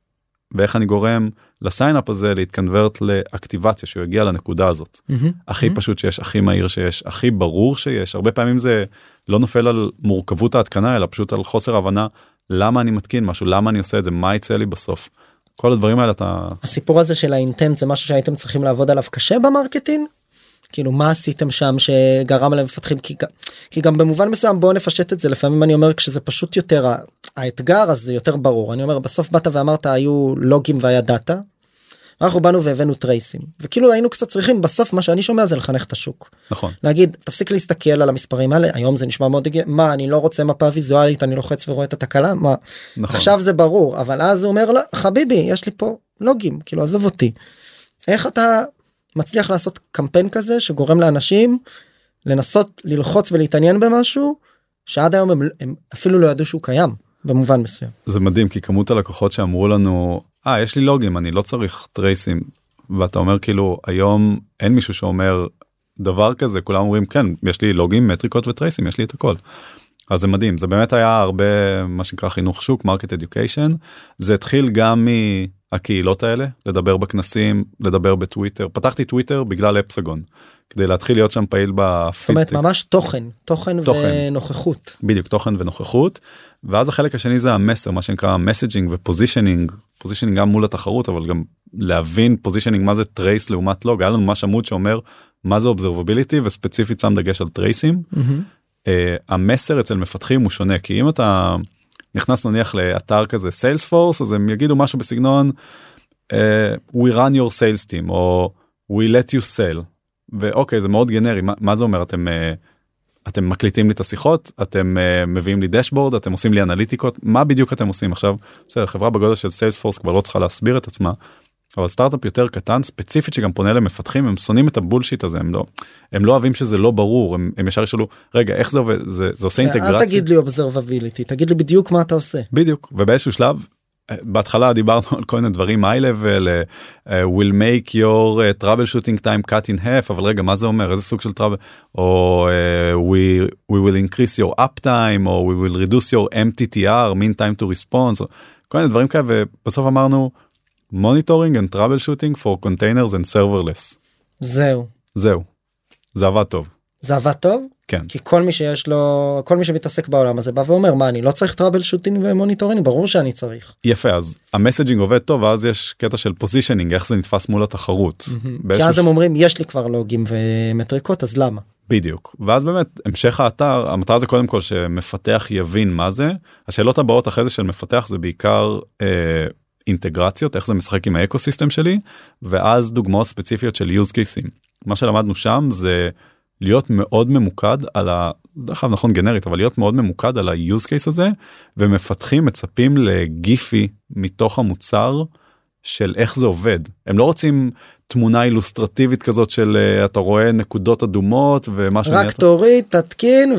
ואיך אני גורם לסיינאפ הזה להתקנברט לאקטיבציה, שהוא יגיע לנקודה הזאת. Mm-hmm. הכי mm-hmm. פשוט שיש, הכי מהיר שיש, הכי ברור שיש. הרבה פעמים זה לא נופל על מורכבות ההתקנה, אלא פשוט על חוסר הבנה, למה אני מתקין משהו, למה אני עושה את זה, מה יצא לי בסוף. כל הדברים האלה אתה... הסיפור הזה של האינטנט זה משהו שהייתם צריכים לעבוד עליו קשה במרקטינג? כאילו מה עשיתם שם שגרם להם מפתחים? כי, כי גם במובן מסוים בואו נפשט את זה, לפעמים אני אומר כשזה פשוט יותר, האתגר אז זה יותר ברור, אני אומר בסוף באת ואמרת היו לוגים והיה דאטה, אנחנו באנו והבאנו טרייסים, וכאילו היינו קצת צריכים בסוף מה שאני שומע זה לחנך את השוק. נכון. להגיד תפסיק להסתכל על המספרים האלה, היום זה נשמע מאוד, מה אני לא רוצה מפה ויזואלית, אני לוחץ ורואה את התקלה, מה? נכון. עכשיו זה ברור, אבל אז הוא אומר לא, חביבי יש לי פה לוגים, כאילו עזוב אותי. איך אתה מצליח לעשות קמפיין כזה שגורם לאנשים לנסות ללחוץ ולהתעניין במשהו שעד היום הם, הם אפילו לא ידעו שהוא קיים במובן מסוים. זה מדהים כי כמות הלקוחות שאמרו לנו אה יש לי לוגים אני לא צריך טרייסים ואתה אומר כאילו היום אין מישהו שאומר דבר כזה, כולם אומרים כן יש לי לוגים מטריקות וטרייסים יש לי את הכל. אז זה מדהים, זה באמת היה הרבה מה שנקרא חינוך שוק, מרקט אדיוקיישן, זה התחיל גם מהקהילות האלה, לדבר בכנסים, לדבר בטוויטר, פתחתי טוויטר בגלל אפסגון, כדי להתחיל להיות שם פעיל בפיד. זאת אומרת ממש תוכן, תוכן, תוכן ונוכחות. בדיוק, תוכן ונוכחות, ואז החלק השני זה המסר, מה שנקרא מסג'ינג ופוזישנינג, פוזישנינג גם מול התחרות, אבל גם להבין פוזישנינג מה זה טרייס לעומת לוג, היה לנו ממש עמוד שאומר מה זה אובזרבביליטי, וספציפית שם דגש על טרייסים. Uh, המסר אצל מפתחים הוא שונה, כי אם אתה נכנס נניח לאתר כזה סיילספורס, אז הם יגידו משהו בסגנון uh, we run your sales team, או we let you sell, ואוקיי, זה מאוד גנרי, מה, מה זה אומר? אתם, uh, אתם מקליטים לי את השיחות, אתם uh, מביאים לי דשבורד, אתם עושים לי אנליטיקות, מה בדיוק אתם עושים? עכשיו, בסדר, חברה בגודל של סיילספורס כבר לא צריכה להסביר את עצמה, אבל סטארט-אפ יותר קטן, ספציפית שגם פונה למפתחים, הם שונאים את הבולשיט הזה, הם לא, הם לא אוהבים שזה לא ברור, הם, הם ישר ישאלו, רגע, איך זה עובד? זה, זה עושה אינטגרציה? אל תגיד לי observability, תגיד לי בדיוק מה אתה עושה. בדיוק, ובאיזשהו שלב, בהתחלה דיברנו על כל מיני דברים, high level, uh, will make your uh, troubleshooting time cut in half, אבל רגע, מה זה אומר? איזה סוג של trouble? או uh, we, we will increase your uptime, או we will reduce your M T T R, mean time to response, כל מיני דברים כאלה, ובסוף אמרנו, monitoring and troubleshooting for containers and serverless. זהו. זהו. זה עבד טוב. זה עבד טוב? כן. כי כל מי שיש לו, כל מי שמתעסק בעולם הזה בא ואומר, מה, אני לא צריך troubleshooting ומוניטורינג? ברור שאני צריך. יפה, אז המסג'ינג עובד טוב, ואז יש קטע של positioning, איך זה נתפס מול התחרות. כי אז הם אומרים, יש לי כבר לוגים ומטריקות, אז למה? בדיוק. ואז באמת, המשך האתר, המטרה זה קודם כל שמפתח יבין מה זה. השאלות הבאות אחרי זה של מפתח זה בעיקר אה, אינטגרציות, איך זה משחק עם האקוסיסטם שלי, ואז דוגמאות ספציפיות של use cases. מה שלמדנו שם זה להיות מאוד ממוקד על ה... דרך אגב נכון גנרית, אבל להיות מאוד ממוקד על ה-use case הזה, ומפתחים מצפים לגיפי מתוך המוצר של איך זה עובד. הם לא רוצים תמונה אילוסטרטיבית כזאת של אתה רואה נקודות אדומות ומשהו... רק תוריד, תתקין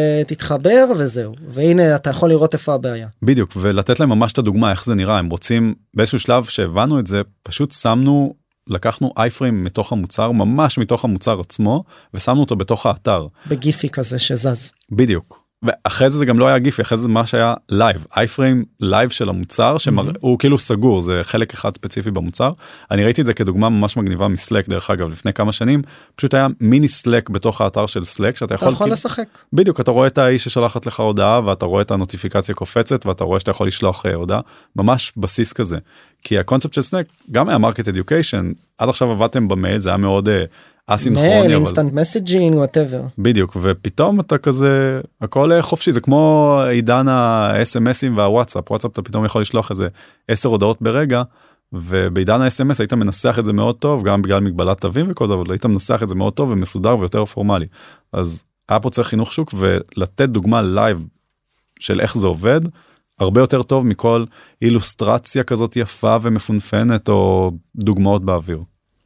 ותתחבר וזהו. והנה אתה יכול לראות איפה הבעיה. בדיוק, ולתת להם ממש את הדוגמה איך זה נראה. הם רוצים, באיזשהו שלב שהבנו את זה, פשוט שמנו, לקחנו אייפריים מתוך המוצר, ממש מתוך המוצר עצמו, ושמנו אותו בתוך האתר. בגיפי כזה שזז. בדיוק. ואחרי זה זה גם לא היה גיפי, אחרי זה מה שהיה לייב, אייפריים לייב של המוצר, שהוא כאילו סגור, זה חלק אחד ספציפי במוצר. אני ראיתי את זה כדוגמה ממש מגניבה מסלק, דרך אגב, לפני כמה שנים, פשוט היה מיני סלק בתוך האתר של סלק, שאתה יכול... אתה יכול לשחק. בדיוק, אתה רואה את האיש ששולחת לך הודעה, ואתה רואה את הנוטיפיקציה קופצת, ואתה רואה שאתה יכול לשלוח הודעה, ממש בסיס כזה. כי הקונספט של סלק, גם היה מרקט אדיוקיישן, עד עכשיו עבדתם במייל, זה היה מאוד... מייל, אינסטנט מסג'ינג, וואטאבר. בדיוק, ופתאום אתה כזה, הכל חופשי, זה כמו עידן ה-אס אם אסים והוואטסאפ, וואטסאפ אתה פתאום יכול לשלוח איזה עשר הודעות ברגע, ובעידן ה-אס אם אס היית מנסח את זה מאוד טוב, גם בגלל מגבלת תווים וכל זה, אבל היית מנסח את זה מאוד טוב ומסודר ויותר פורמלי. אז היה פה צריך חינוך שוק, ולתת דוגמה לייב של איך זה עובד, הרבה יותר טוב מכל אילוסטרציה כזאת יפה ומפונפנת או דוגמאות באוויר.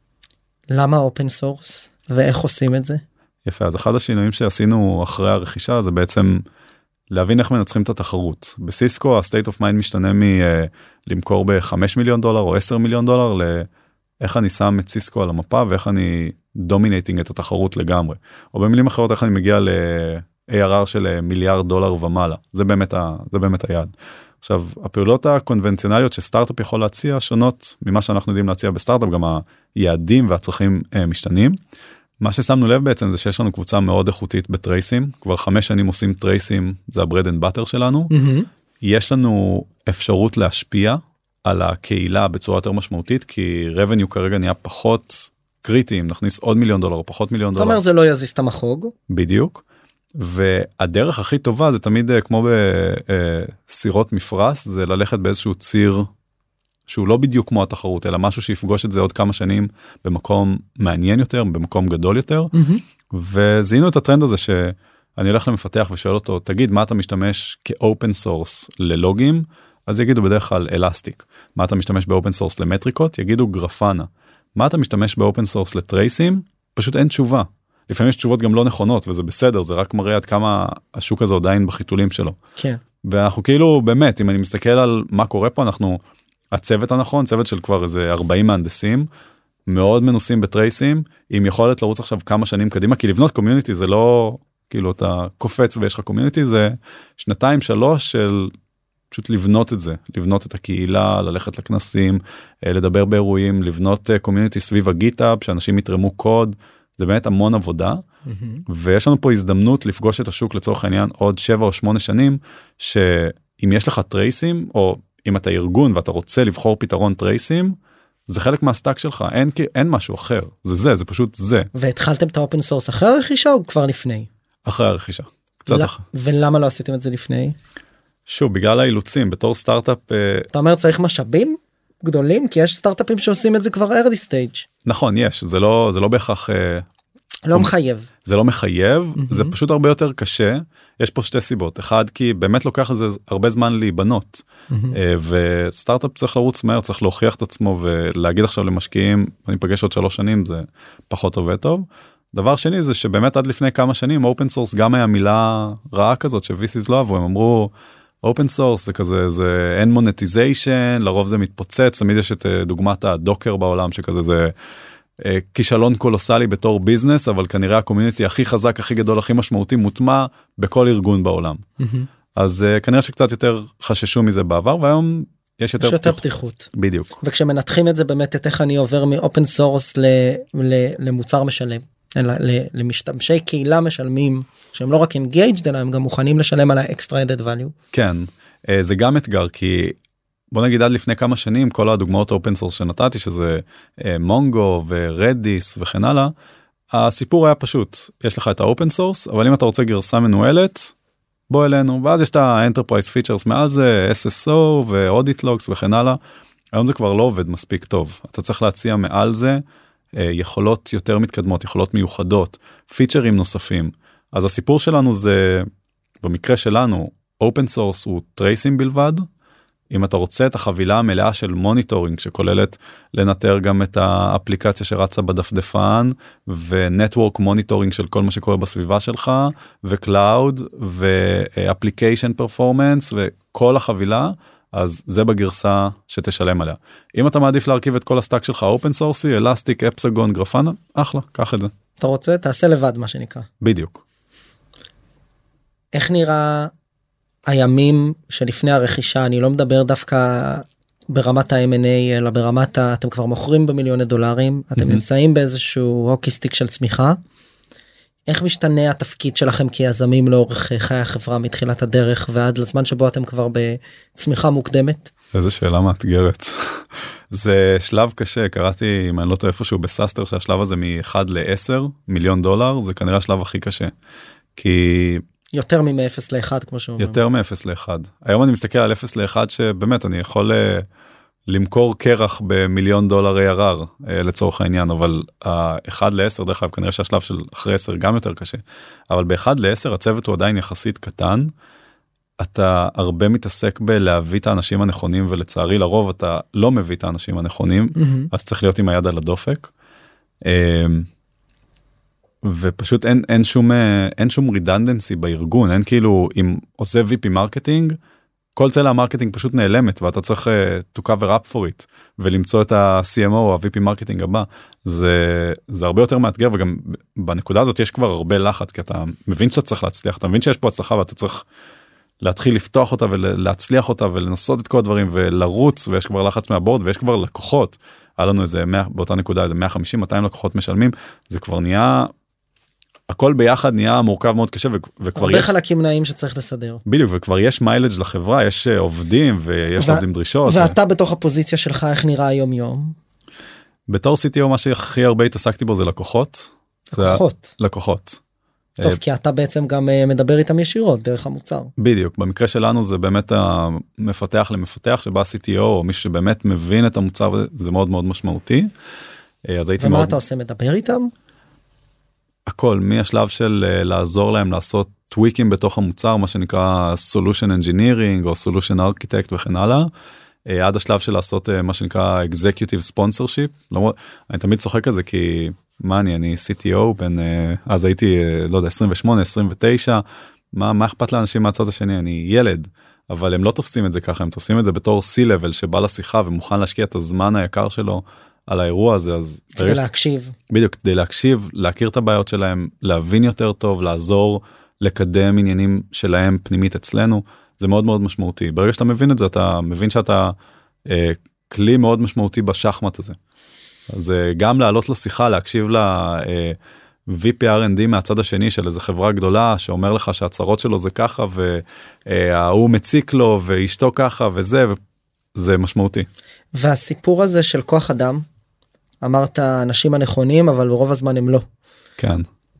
למה אופן סורס ואיך עושים את זה? יפה, אז אחד השינויים שעשינו אחרי הרכישה זה בעצם להבין איך מנצחים את התחרות. בסיסקו ה-state of mind משתנה מלמכור ב-חמישה מיליון דולר או עשרה מיליון דולר לאיך אני שם את סיסקו על המפה ואיך אני דומינטינג את התחרות לגמרי. או במילים אחרות איך אני מגיע ל-A R R של מיליארד דולר ומעלה. זה באמת, ה- זה באמת היעד. עכשיו, הפעולות הקונבנציונליות שסטארט-אפ יכול להציע שונות ממה שאנחנו יודעים להציע בסטארט-אפ, גם היעדים והצרכים אה, משתנים. מה ששמנו לב בעצם זה שיש לנו קבוצה מאוד איכותית בטרייסים, כבר חמש שנים עושים טרייסים, זה הברד אנד באטר שלנו. Mm-hmm. יש לנו אפשרות להשפיע על הקהילה בצורה יותר משמעותית, כי revenue כרגע נהיה פחות קריטי, אם נכניס עוד מיליון דולר או פחות מיליון דולר. זאת אומרת, זה לא יזיז את המחוג. בדיוק. והדרך הכי טובה זה תמיד כמו בסירות מפרס, זה ללכת באיזשהו ציר שהוא לא בדיוק כמו התחרות, אלא משהו שיפגוש את זה עוד כמה שנים במקום מעניין יותר, במקום גדול יותר. Mm-hmm. וזיהינו את הטרנד הזה שאני הולך למפתח ושואל אותו, תגיד, מה אתה משתמש כאופן סורס ללוגים? אז יגידו בדרך כלל אלסטיק. מה אתה משתמש באופן סורס למטריקות? יגידו גרפנה. מה אתה משתמש באופן סורס לטרייסים? פשוט אין תשובה. לפעמים יש תשובות גם לא נכונות, וזה בסדר, זה רק מראה עד כמה השוק הזה עדיין בחיתולים שלו. כן. ואנחנו כאילו, באמת, אם אני מסתכל על מה קורה פה, אנחנו, הצוות הנכון, צוות של כבר איזה ארבעים מהנדסים, מאוד מנוסים בטרייסים, עם יכולת לרוץ עכשיו כמה שנים קדימה, כי לבנות קומיוניטי זה לא, כאילו, אתה קופץ ויש לך קומיוניטי, זה שנתיים, שלוש של פשוט לבנות את זה, לבנות את הקהילה, ללכת לכנסים, לדבר באירועים, לבנות קומיוניטי סביב הגיטאב, שאנשים יתרמו קוד, זה באמת המון עבודה, mm-hmm. ויש לנו פה הזדמנות לפגוש את השוק לצורך העניין עוד שבע או שמונה שנים, שאם יש לך טרייסים, או אם אתה ארגון ואתה רוצה לבחור פתרון טרייסים, זה חלק מהסטאק שלך, אין, אין משהו אחר, זה זה, זה פשוט זה. והתחלתם את האופן סורס אחרי הרכישה או כבר לפני? אחרי הרכישה, קצת لا, אחרי. ולמה לא עשיתם את זה לפני? שוב, בגלל האילוצים, בתור סטארט-אפ... אתה אומר צריך משאבים גדולים? כי יש סטארט-אפים שעושים את זה כבר early stage. נכון, יש, זה לא, זה לא בהכרח... לא מחייב. זה לא מחייב, mm-hmm. זה פשוט הרבה יותר קשה. יש פה שתי סיבות. אחד, כי באמת לוקח לזה הרבה זמן להיבנות. Mm-hmm. וסטארט-אפ צריך לרוץ מהר, צריך להוכיח את עצמו ולהגיד עכשיו למשקיעים, אני פגש עוד שלוש שנים, זה פחות עובד טוב. דבר שני זה שבאמת עד לפני כמה שנים, אופן סורס גם היה מילה רעה כזאת ש-וי סי'ס לא אהבו, הם אמרו, אופן סורס זה כזה, זה אין מונטיזיישן, לרוב זה מתפוצץ, תמיד יש את דוגמת הדוקר בעולם שכזה זה כישלון קולוסלי בתור ביזנס, אבל כנראה הקומיוניטי הכי חזק, הכי גדול, הכי משמעותי, מוטמע בכל ארגון בעולם. אז כנראה שקצת יותר חששו מזה בעבר, והיום יש יותר, יש יותר פתיחות. בדיוק. וכשמנתחים את זה באמת, את איך אני עובר מאופן סורס למוצר משלם, למשתמשי קהילה משלמים, שהם לא רק engaged, אלא הם גם מוכנים לשלם על ה-extra added value. כן, זה גם אתגר, כי בוא נגיד עד לפני כמה שנים, כל הדוגמאות אופן סורס שנתתי, שזה מונגו ורדיס וכן הלאה, הסיפור היה פשוט, יש לך את האופן סורס, אבל אם אתה רוצה גרסה מנוהלת, בוא אלינו, ואז יש את ה-enterprise features מעל זה, אס אס או ו-audit logs וכן הלאה, היום זה כבר לא עובד מספיק טוב, אתה צריך להציע מעל זה, יכולות יותר מתקדמות, יכולות מיוחדות, פיצ'רים נוספים. אז הסיפור שלנו זה, במקרה שלנו, אופן סורס הוא טרייסים בלבד, אם אתה רוצה את החבילה המלאה של מוניטורינג, שכוללת לנטר גם את האפליקציה שרצה בדפדפן, ונטוורק מוניטורינג של כל מה שקורה בסביבה שלך, וקלאוד, ואפליקיישן פרפורמנס, וכל החבילה, אז זה בגרסה שתשלם עליה. אם אתה מעדיף להרכיב את כל הסטאק שלך, אופן סורסי, אלסטיק, אפסגון, גרפנה, אחלה, קח את זה. אתה רוצה, תעשה לבד מה שנקרא. בדיוק. איך נראה הימים שלפני הרכישה? אני לא מדבר דווקא ברמת ה-אם אנד איי, אלא ברמת ה... אתם כבר מוכרים במיליוני דולרים, אתם mm-hmm. נמצאים באיזשהו הוקיסטיק של צמיחה. איך משתנה התפקיד שלכם כיזמים לאורך חיי החברה מתחילת הדרך ועד לזמן שבו אתם כבר בצמיחה מוקדמת? איזו שאלה מאתגרת. זה שלב קשה, קראתי, אם אני לא טועה איפשהו בססטר, שהשלב הזה מ-אחד לעשר מיליון דולר, זה כנראה השלב הכי קשה. כי... יותר מ-אפס לאחד, כמו שאומר. יותר מ-אפס לאחד. היום אני מסתכל על אפס לאחד, שבאמת אני יכול למכור קרח במיליון דולר איי אר אר, לצורך העניין, אבל ה-אחד לעשר, דרך אגב, כנראה שהשלב של אחרי עשר גם יותר קשה. אבל ב-אחד לעשר הצוות הוא עדיין יחסית קטן, אתה הרבה מתעסק בלהביא את האנשים הנכונים, ולצערי לרוב אתה לא מביא את האנשים הנכונים, mm-hmm. אז צריך להיות עם היד על הדופק. ופשוט אין, אין שום, אין שום redundancy בארגון, אין כאילו, אם עושה וי פי מרקטינג, כל צלע המרקטינג פשוט נעלמת, ואתה צריך uh, to cover up for it, ולמצוא את ה-סי אם או או ה-וי פי מרקטינג הבא. זה, זה הרבה יותר מאתגר, וגם בנקודה הזאת יש כבר הרבה לחץ, כי אתה מבין שאתה צריך להצליח, אתה מבין שיש פה הצלחה, ואתה צריך להתחיל לפתוח אותה, ולהצליח אותה, ולנסות את כל הדברים, ולרוץ, ויש כבר לחץ מהבורד, ויש כבר לקוחות. היה לנו איזה מאה, באותה נקודה, איזה מאה חמישים מאתיים לקוחות משלמים, זה כבר נהיה, הכל ביחד נהיה מורכב מאוד קשה, וכבר הרבה יש... חלקים נעים שצריך לסדר. בדיוק, וכבר יש מיילג' לחברה, יש עובדים, ויש ו... עובדים דרישות. ואתה ו... בתוך הפוזיציה שלך, איך נראה היום יום? בתור סי טי או, מה שהכי הרבה התעסקתי בו זה לקוחות. לקוחות. זה... לקוחות. טוב, כי אתה בעצם גם מדבר איתם ישירות, דרך המוצר. בדיוק, במקרה שלנו זה באמת המפתח למפתח, שבא סי טי או, או מישהו שבאמת מבין את המוצר, זה מאוד מאוד משמעותי. אז הייתי ומה מאוד... אתה עושה, מדבר איתם? הכל, מהשלב של לעזור להם לעשות טוויקים בתוך המוצר, מה שנקרא solution engineering או solution architect וכן הלאה, עד השלב של לעשות מה שנקרא executive sponsorship. למרות, אני תמיד צוחק על זה כי, מה אני, אני סי טי או, בין, אז הייתי, לא יודע, עשרים ושמונה, עשרים ותשע, מה, מה אכפת לאנשים מהצד השני? אני ילד, אבל הם לא תופסים את זה ככה, הם תופסים את זה בתור C-level שבא לשיחה ומוכן להשקיע את הזמן היקר שלו, על האירוע הזה, אז... כדי להקשיב. בדיוק, כדי להקשיב, להכיר את הבעיות שלהם, להבין יותר טוב, לעזור, לקדם עניינים שלהם פנימית אצלנו, זה מאוד מאוד משמעותי. ברגע שאתה מבין את זה, אתה מבין שאתה אה, כלי מאוד משמעותי בשחמט הזה. אז אה, גם לעלות לשיחה, להקשיב ל-וי פי אר אנד די מהצד השני של איזו חברה גדולה, שאומר לך שהצרות שלו זה ככה, והוא מציק לו, ואשתו ככה, וזה, זה משמעותי. והסיפור הזה של כוח אדם, אמרת אנשים הנכונים, אבל ברוב הזמן הם לא. כן.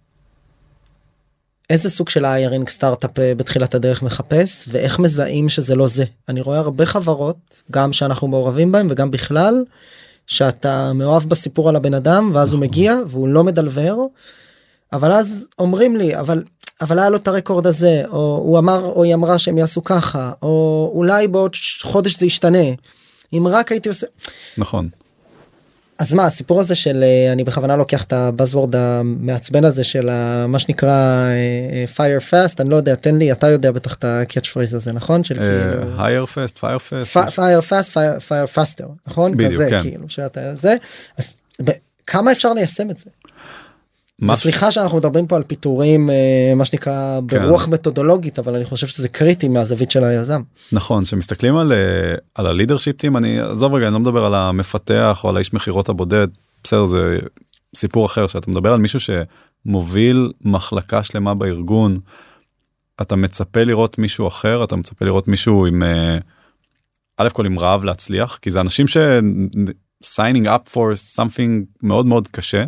איזה סוג של היירינג סטארט-אפ בתחילת הדרך מחפש, ואיך מזהים שזה לא זה? אני רואה הרבה חברות, גם שאנחנו מעורבים בהם, וגם בכלל, שאתה מאוהב בסיפור על הבן אדם, ואז הוא מגיע, והוא לא מדלבר, אבל אז אומרים לי, אבל, אבל היה לו את הרקורד הזה, או הוא אמר, או היא אמרה שהם יעשו ככה, או אולי בעוד חודש זה ישתנה. אם רק הייתי עושה... נכון. אז מה, הסיפור הזה של, אני בכוונה לוקח את הבאזוורד המעצבן הזה של מה שנקרא fire fast, אני לא יודע, תן לי, אתה יודע בטח את הקאץ' פרייז הזה, נכון? של כאילו... hire fast, fire fast. fire fast, fire faster, נכון? בדיוק, כזה, כן. כאילו, שאתה זה. אז כמה אפשר ליישם את זה? וסליחה שאנחנו מדברים פה על פיתורים, מה שנקרא, ברוח מתודולוגית, אבל אני חושב שזה קריטי מהזווית של היזם. נכון, שמסתכלים על, על הלידרשיפ טים, אני, עזוב רגע, אני לא מדבר על המפתח או על האיש מחירות הבודד, בסדר, זה סיפור אחר, שאתה מדבר על מישהו שמוביל מחלקה שלמה בארגון, אתה מצפה לראות מישהו אחר, אתה מצפה לראות מישהו עם, א' כל עם רעב להצליח, כי זה אנשים ש... signing up for something מאוד מאוד קשה,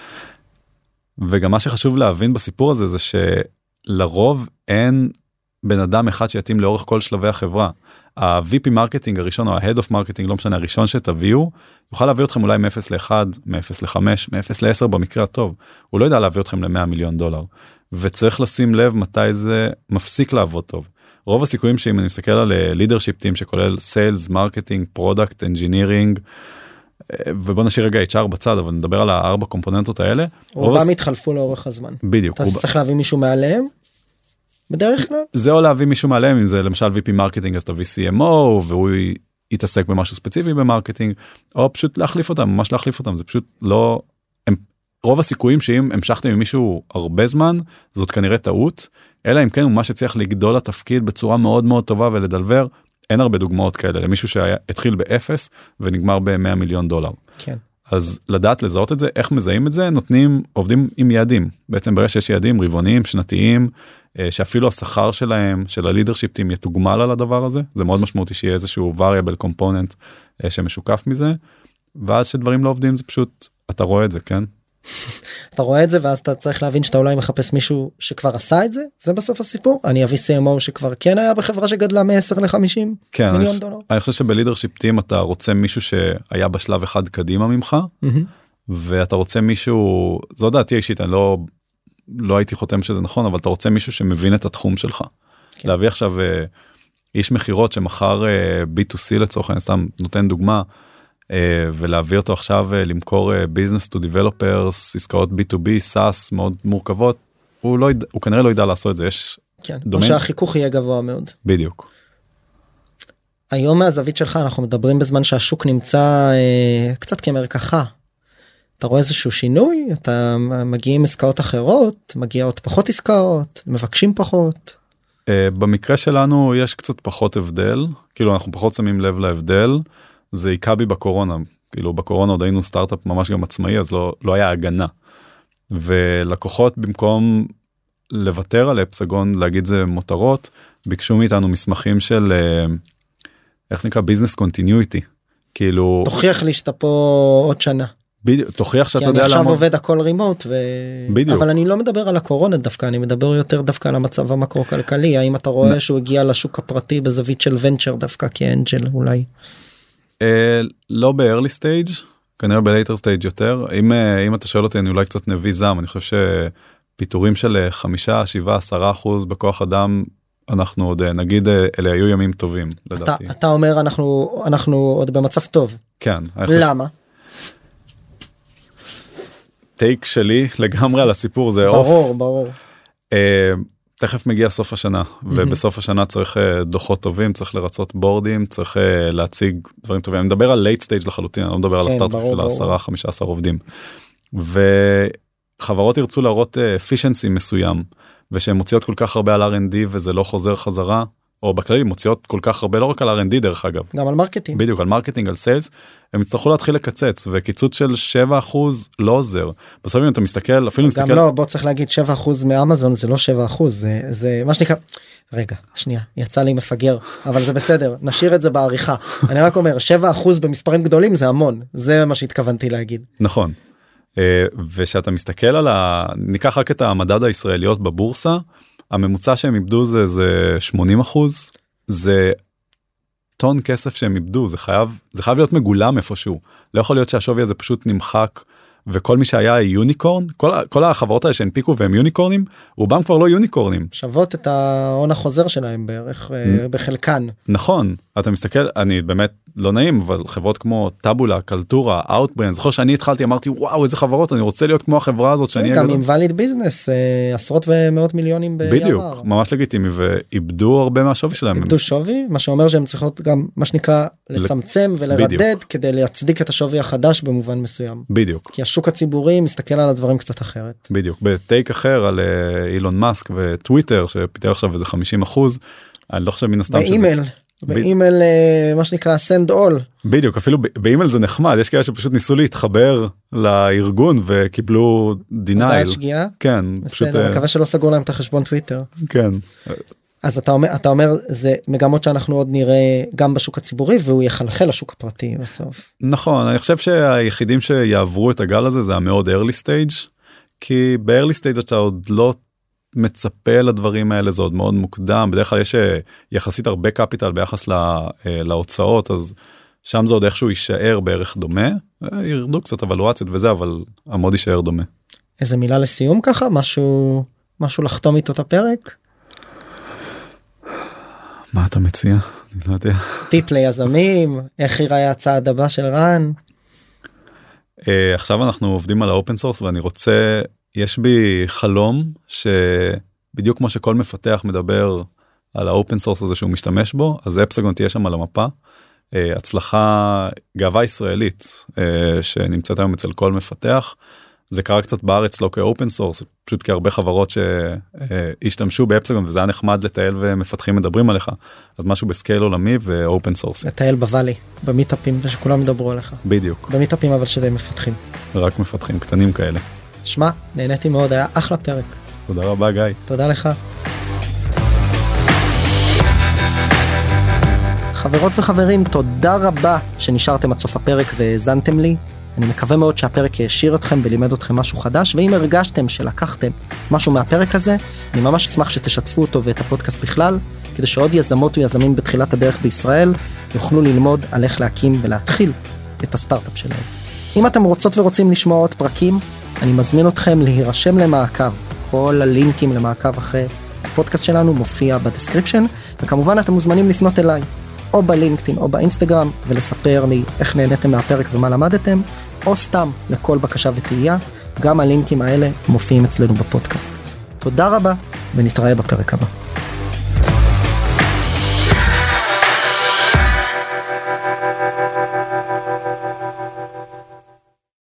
וגם מה שחשוב להבין בסיפור הזה, זה שלרוב אין בן אדם אחד שיתאים לאורך כל שלבי החברה. ה-וי פי מרקטינג הראשון, או ה-Head of Marketing, לא משנה, הראשון שתביאו, יוכל להביא אתכם אולי מ-אפס ל-אחד, מ-אפס ל-חמש, מ-אפס ל-עשר במקרה הטוב. הוא לא יודע להביא אתכם ל-מאה מיליון דולר. וצריך לשים לב מתי זה מפסיק לעבוד טוב. רוב הסיכויים שאם אני מסתכל על leadership team שכולל Sales, Marketing, Product, Engineering, ובוא נשאיר רגע אייץ' אר בצד, אבל נדבר על הארבע קומפוננטות האלה. רובם התחלפו לאורך הזמן. בדיוק. אתה צריך להביא מישהו מעליהם? בדרך כלל? זה או להביא מישהו מעליהם, אם זה למשל וי פי מרקטינג, אז תביא סי אם או, והוא יתעסק במשהו ספציפי במרקטינג, או פשוט להחליף אותם, ממש להחליף אותם, זה פשוט לא... הם, רוב הסיכויים שאם המשכתם עם מישהו הרבה זמן, זאת כנראה טעות, אלא אם כן הוא ממש הצליח לגדול לתפקיד בצורה מאוד מאוד טובה ולדלבר, אין הרבה דוגמאות כאלה, למישהו שהתחיל באפס ונגמר ב-מאה מיליון דולר. כן. אז לדעת לזהות את זה, איך מזהים את זה, נותנים, עובדים עם יעדים. בעצם ברגע שיש יעדים רבעוניים, שנתיים, שאפילו השכר שלהם, של הלידרשיפ טים, יתוגמל על הדבר הזה. זה מאוד משמעותי שיהיה איזשהו variable component שמשוקף מזה, ואז שדברים לא עובדים, זה פשוט, אתה רואה את זה, כן? אתה רואה את זה, ואז אתה צריך להבין שאתה אולי מחפש מישהו שכבר עשה את זה, זה בסוף הסיפור. אני אביא סי אם או שכבר כן היה בחברה שגדלה מ-עשר ל-חמישים כן, מיליון אני, דולר. אני חושב שבלידרשיפ טים אתה רוצה מישהו שהיה בשלב אחד קדימה ממך, mm-hmm. ואתה רוצה מישהו, זו דעתי אישית, אני לא, לא הייתי חותם שזה נכון, אבל אתה רוצה מישהו שמבין את התחום שלך. כן. להביא עכשיו איש מחירות שמחר בי טו סי לצורך, אני סתם נותן דוגמה, ולהביא אותו עכשיו למכור business to developers, עסקאות בי טו בי, סאס מאוד מורכבות, הוא, לא, הוא כנראה לא ידע לעשות את זה, יש כן, דומיין. או שהחיכוך יהיה גבוה מאוד. בדיוק. היום מהזווית שלך אנחנו מדברים בזמן שהשוק נמצא אה, קצת כמרקחה. אתה רואה איזשהו שינוי? אתה מגיעים עסקאות אחרות, מגיעות פחות עסקאות, מבקשים פחות? אה, במקרה שלנו יש קצת פחות הבדל, כאילו אנחנו פחות שמים לב להבדל, זה עיקה בי בקורונה, כאילו בקורונה עוד היינו סטארט-אפ ממש גם עצמאי, אז לא, לא היה הגנה. ולקוחות במקום לוותר על אפסגון, להגיד זה מותרות, ביקשו מאיתנו מסמכים של, איך זה נקרא? ביזנס קונטיניויטי. כאילו... תוכיח לי שאתה פה עוד שנה. בדיוק, תוכיח שאתה יודע למה... כי אני עכשיו למה... עובד הכל רימוט, ו... בדיוק. אבל אני לא מדבר על הקורונה דווקא, אני מדבר יותר דווקא על המצב המקרו-כלכלי, האם אתה רואה נ... שהוא הגיע לשוק הפרטי בזווית של ונצ'ר דווקא כאנג'ל אולי? אה, לא ב-early stage, כנראה ב-later stage יותר. אם, אם אתה שואל אותי, אני אולי קצת נביא זם, אני חושב שפיתורים של חמישה, שבעה, עשרה אחוז בכוח אדם, אנחנו עוד נגיד, אלה היו ימים טובים, לדעתי. אתה, אתה אומר, אנחנו, אנחנו עוד במצב טוב. כן. למה? טייק שלי לגמרי על הסיפור זה ברור, אוף. ברור. אה, תכף מגיע סוף השנה, ובסוף השנה צריך דוחות טובים, צריך לרצות בורדים, צריך להציג דברים טובים. אני מדבר על late stage לחלוטין, אני לא מדבר על הסטארט-אפ של עשרה חמישה עשר עובדים. וחברות ירצו להראות efficiency מסוים, ושהן מוציאות כל כך הרבה על אר אנד די וזה לא חוזר חזרה, או בכללי מוציאות כל כך הרבה, לא רק על אר אנד די דרך אגב. גם על מרקטינג. בדיוק, על מרקטינג, על סיילס, הם יצטרכו להתחיל לקצץ, וקיצוץ של שבעה אחוז לא עוזר. בסוף אם אתה מסתכל, אפילו מסתכל... גם לא, בוא צריך להגיד, שבעה אחוז מאמזון זה לא שבעה אחוז, זה, זה מה שנקרא... רגע, שנייה, יצא לי מפגר, אבל זה בסדר, נשאיר את זה בעריכה. אני רק אומר, שבעה אחוז במספרים גדולים זה המון, זה מה שהתכוונתי להגיד. נכון. ושאתה מסתכל על ה... ניקח רק את המדד הישראליות בבורסה, הממוצע שהם איבדו זה, זה שמונים אחוז, זה טון כסף שהם איבדו, זה חייב, זה חייב להיות מגולם איפשהו. לא יכול להיות שהשווי הזה פשוט נמחק, וכל מי שהיה יוניקורן, כל, כל החברות האלה שהנפיקו והם יוניקורנים, רובם כבר לא יוניקורנים. שוות את ההון החוזר שלהם בערך נ... בחלקן. נכון, אתה מסתכל, אני באמת לא נעים, אבל חברות כמו טאבולה, קלטורה, אאוטברנד, זוכר שאני התחלתי, אמרתי, וואו, איזה חברות, אני רוצה להיות כמו החברה הזאת שאני... גם עם ואליד ביזנס, עשרות ומאות מיליונים ביער. בדיוק, ממש לגיטימי, ואיבדו הרבה מהשווי שלהם. איבדו שווי, מה שאומר שהן צריכות גם, מה שנקרא, לצמצם ולרדד, כדי להצדיק את השווי החדש במובן מסוים. בדיוק. כי השוק הציבורי מסתכל על הדברים קצת אחרת. בדיוק, בטייק אחר על אילון מאסק וטוויטר, שפיתר עכשיו איזה חמישים אחוז, אני לא חושב מן הסתם שזה... באימייל. באימייל מה שנקרא send all. בדיוק, אפילו באימייל זה נחמד, יש כאלה שפשוט ניסו להתחבר לארגון וקיבלו denial. הודעת שגיאה? כן. בסדר, מקווה שלא סגרו להם את החשבון טוויטר. כן. אז אתה אומר, אתה אומר, זה מגמות שאנחנו עוד נראה גם בשוק הציבורי, והוא יחלחל לשוק הפרטי בסוף. נכון, אני חושב שהיחידים שיעברו את הגל הזה, זה המאוד early stage, כי ב-early stage אתה עוד לא מצפה לדברים האלה, זה עוד מאוד מוקדם, בדרך כלל יש יחסית הרבה קפיטל ביחס לה, להוצאות, אז שם זה עוד איכשהו יישאר בערך דומה, ירדו קצת אבלואציות וזה, אבל המוד יישאר דומה. איזה מילה לסיום ככה? משהו, משהו לחתום איתו את הפרק? מה אתה מציע? אני לא יודע. טיפ ליזמים, איך ייראה הצעד הבא של רן? Uh, עכשיו אנחנו עובדים על האופן סורס, ואני רוצה, יש בי חלום, שבדיוק כמו שכל מפתח מדבר על האופן סורס הזה שהוא משתמש בו, אז אפסגון תהיה שם על המפה. Uh, הצלחה, גאווה ישראלית, uh, שנמצאת היום אצל כל מפתח, זה קרה קצת בארץ לא כאופן סורס, פשוט כהרבה חברות שהשתמשו באפסגון, וזה היה נחמד לטייל ומפתחים מדברים עליך, אז משהו בסקייל עולמי ואופן סורס. לטייל בוואלי, במיטאפים, ושכולם ידברו עליך. בדיוק. במיטאפים אבל שדי מפתחים. רק מפתחים, קטנים כאלה. שמע, נהניתי מאוד, היה אחלה פרק. תודה רבה גיא. תודה לך. חברות וחברים, תודה רבה שנשארתם עד סוף הפרק והאזנתם לי. אני מקווה מאוד שהפרק ישיר אתכם ולימד אתכם משהו חדש, ואם הרגשתם שלקחתם משהו מהפרק הזה, אני ממש אשמח שתשתפו אותו ואת הפודקאסט בכלל, כדי שעוד יזמות ויזמים בתחילת הדרך בישראל יוכלו ללמוד על איך להקים ולהתחיל את הסטארט-אפ שלהם. אם אתם רוצות ורוצים לשמוע עוד פרקים, אני מזמין אתכם להירשם למעקב. כל הלינקים למעקב אחרי הפודקאסט שלנו מופיע בדסקריפשן, וכמובן אתם מוזמנים לפנות אליי, או בלינקדאין או באינסטגרם, ולספר לי איך נהניתם מהפרק ומה למדתם, או סתם לכל בקשה ותהייה, גם הלינקים האלה מופיעים אצלנו בפודקאסט. תודה רבה, ונתראה בפרק הבא.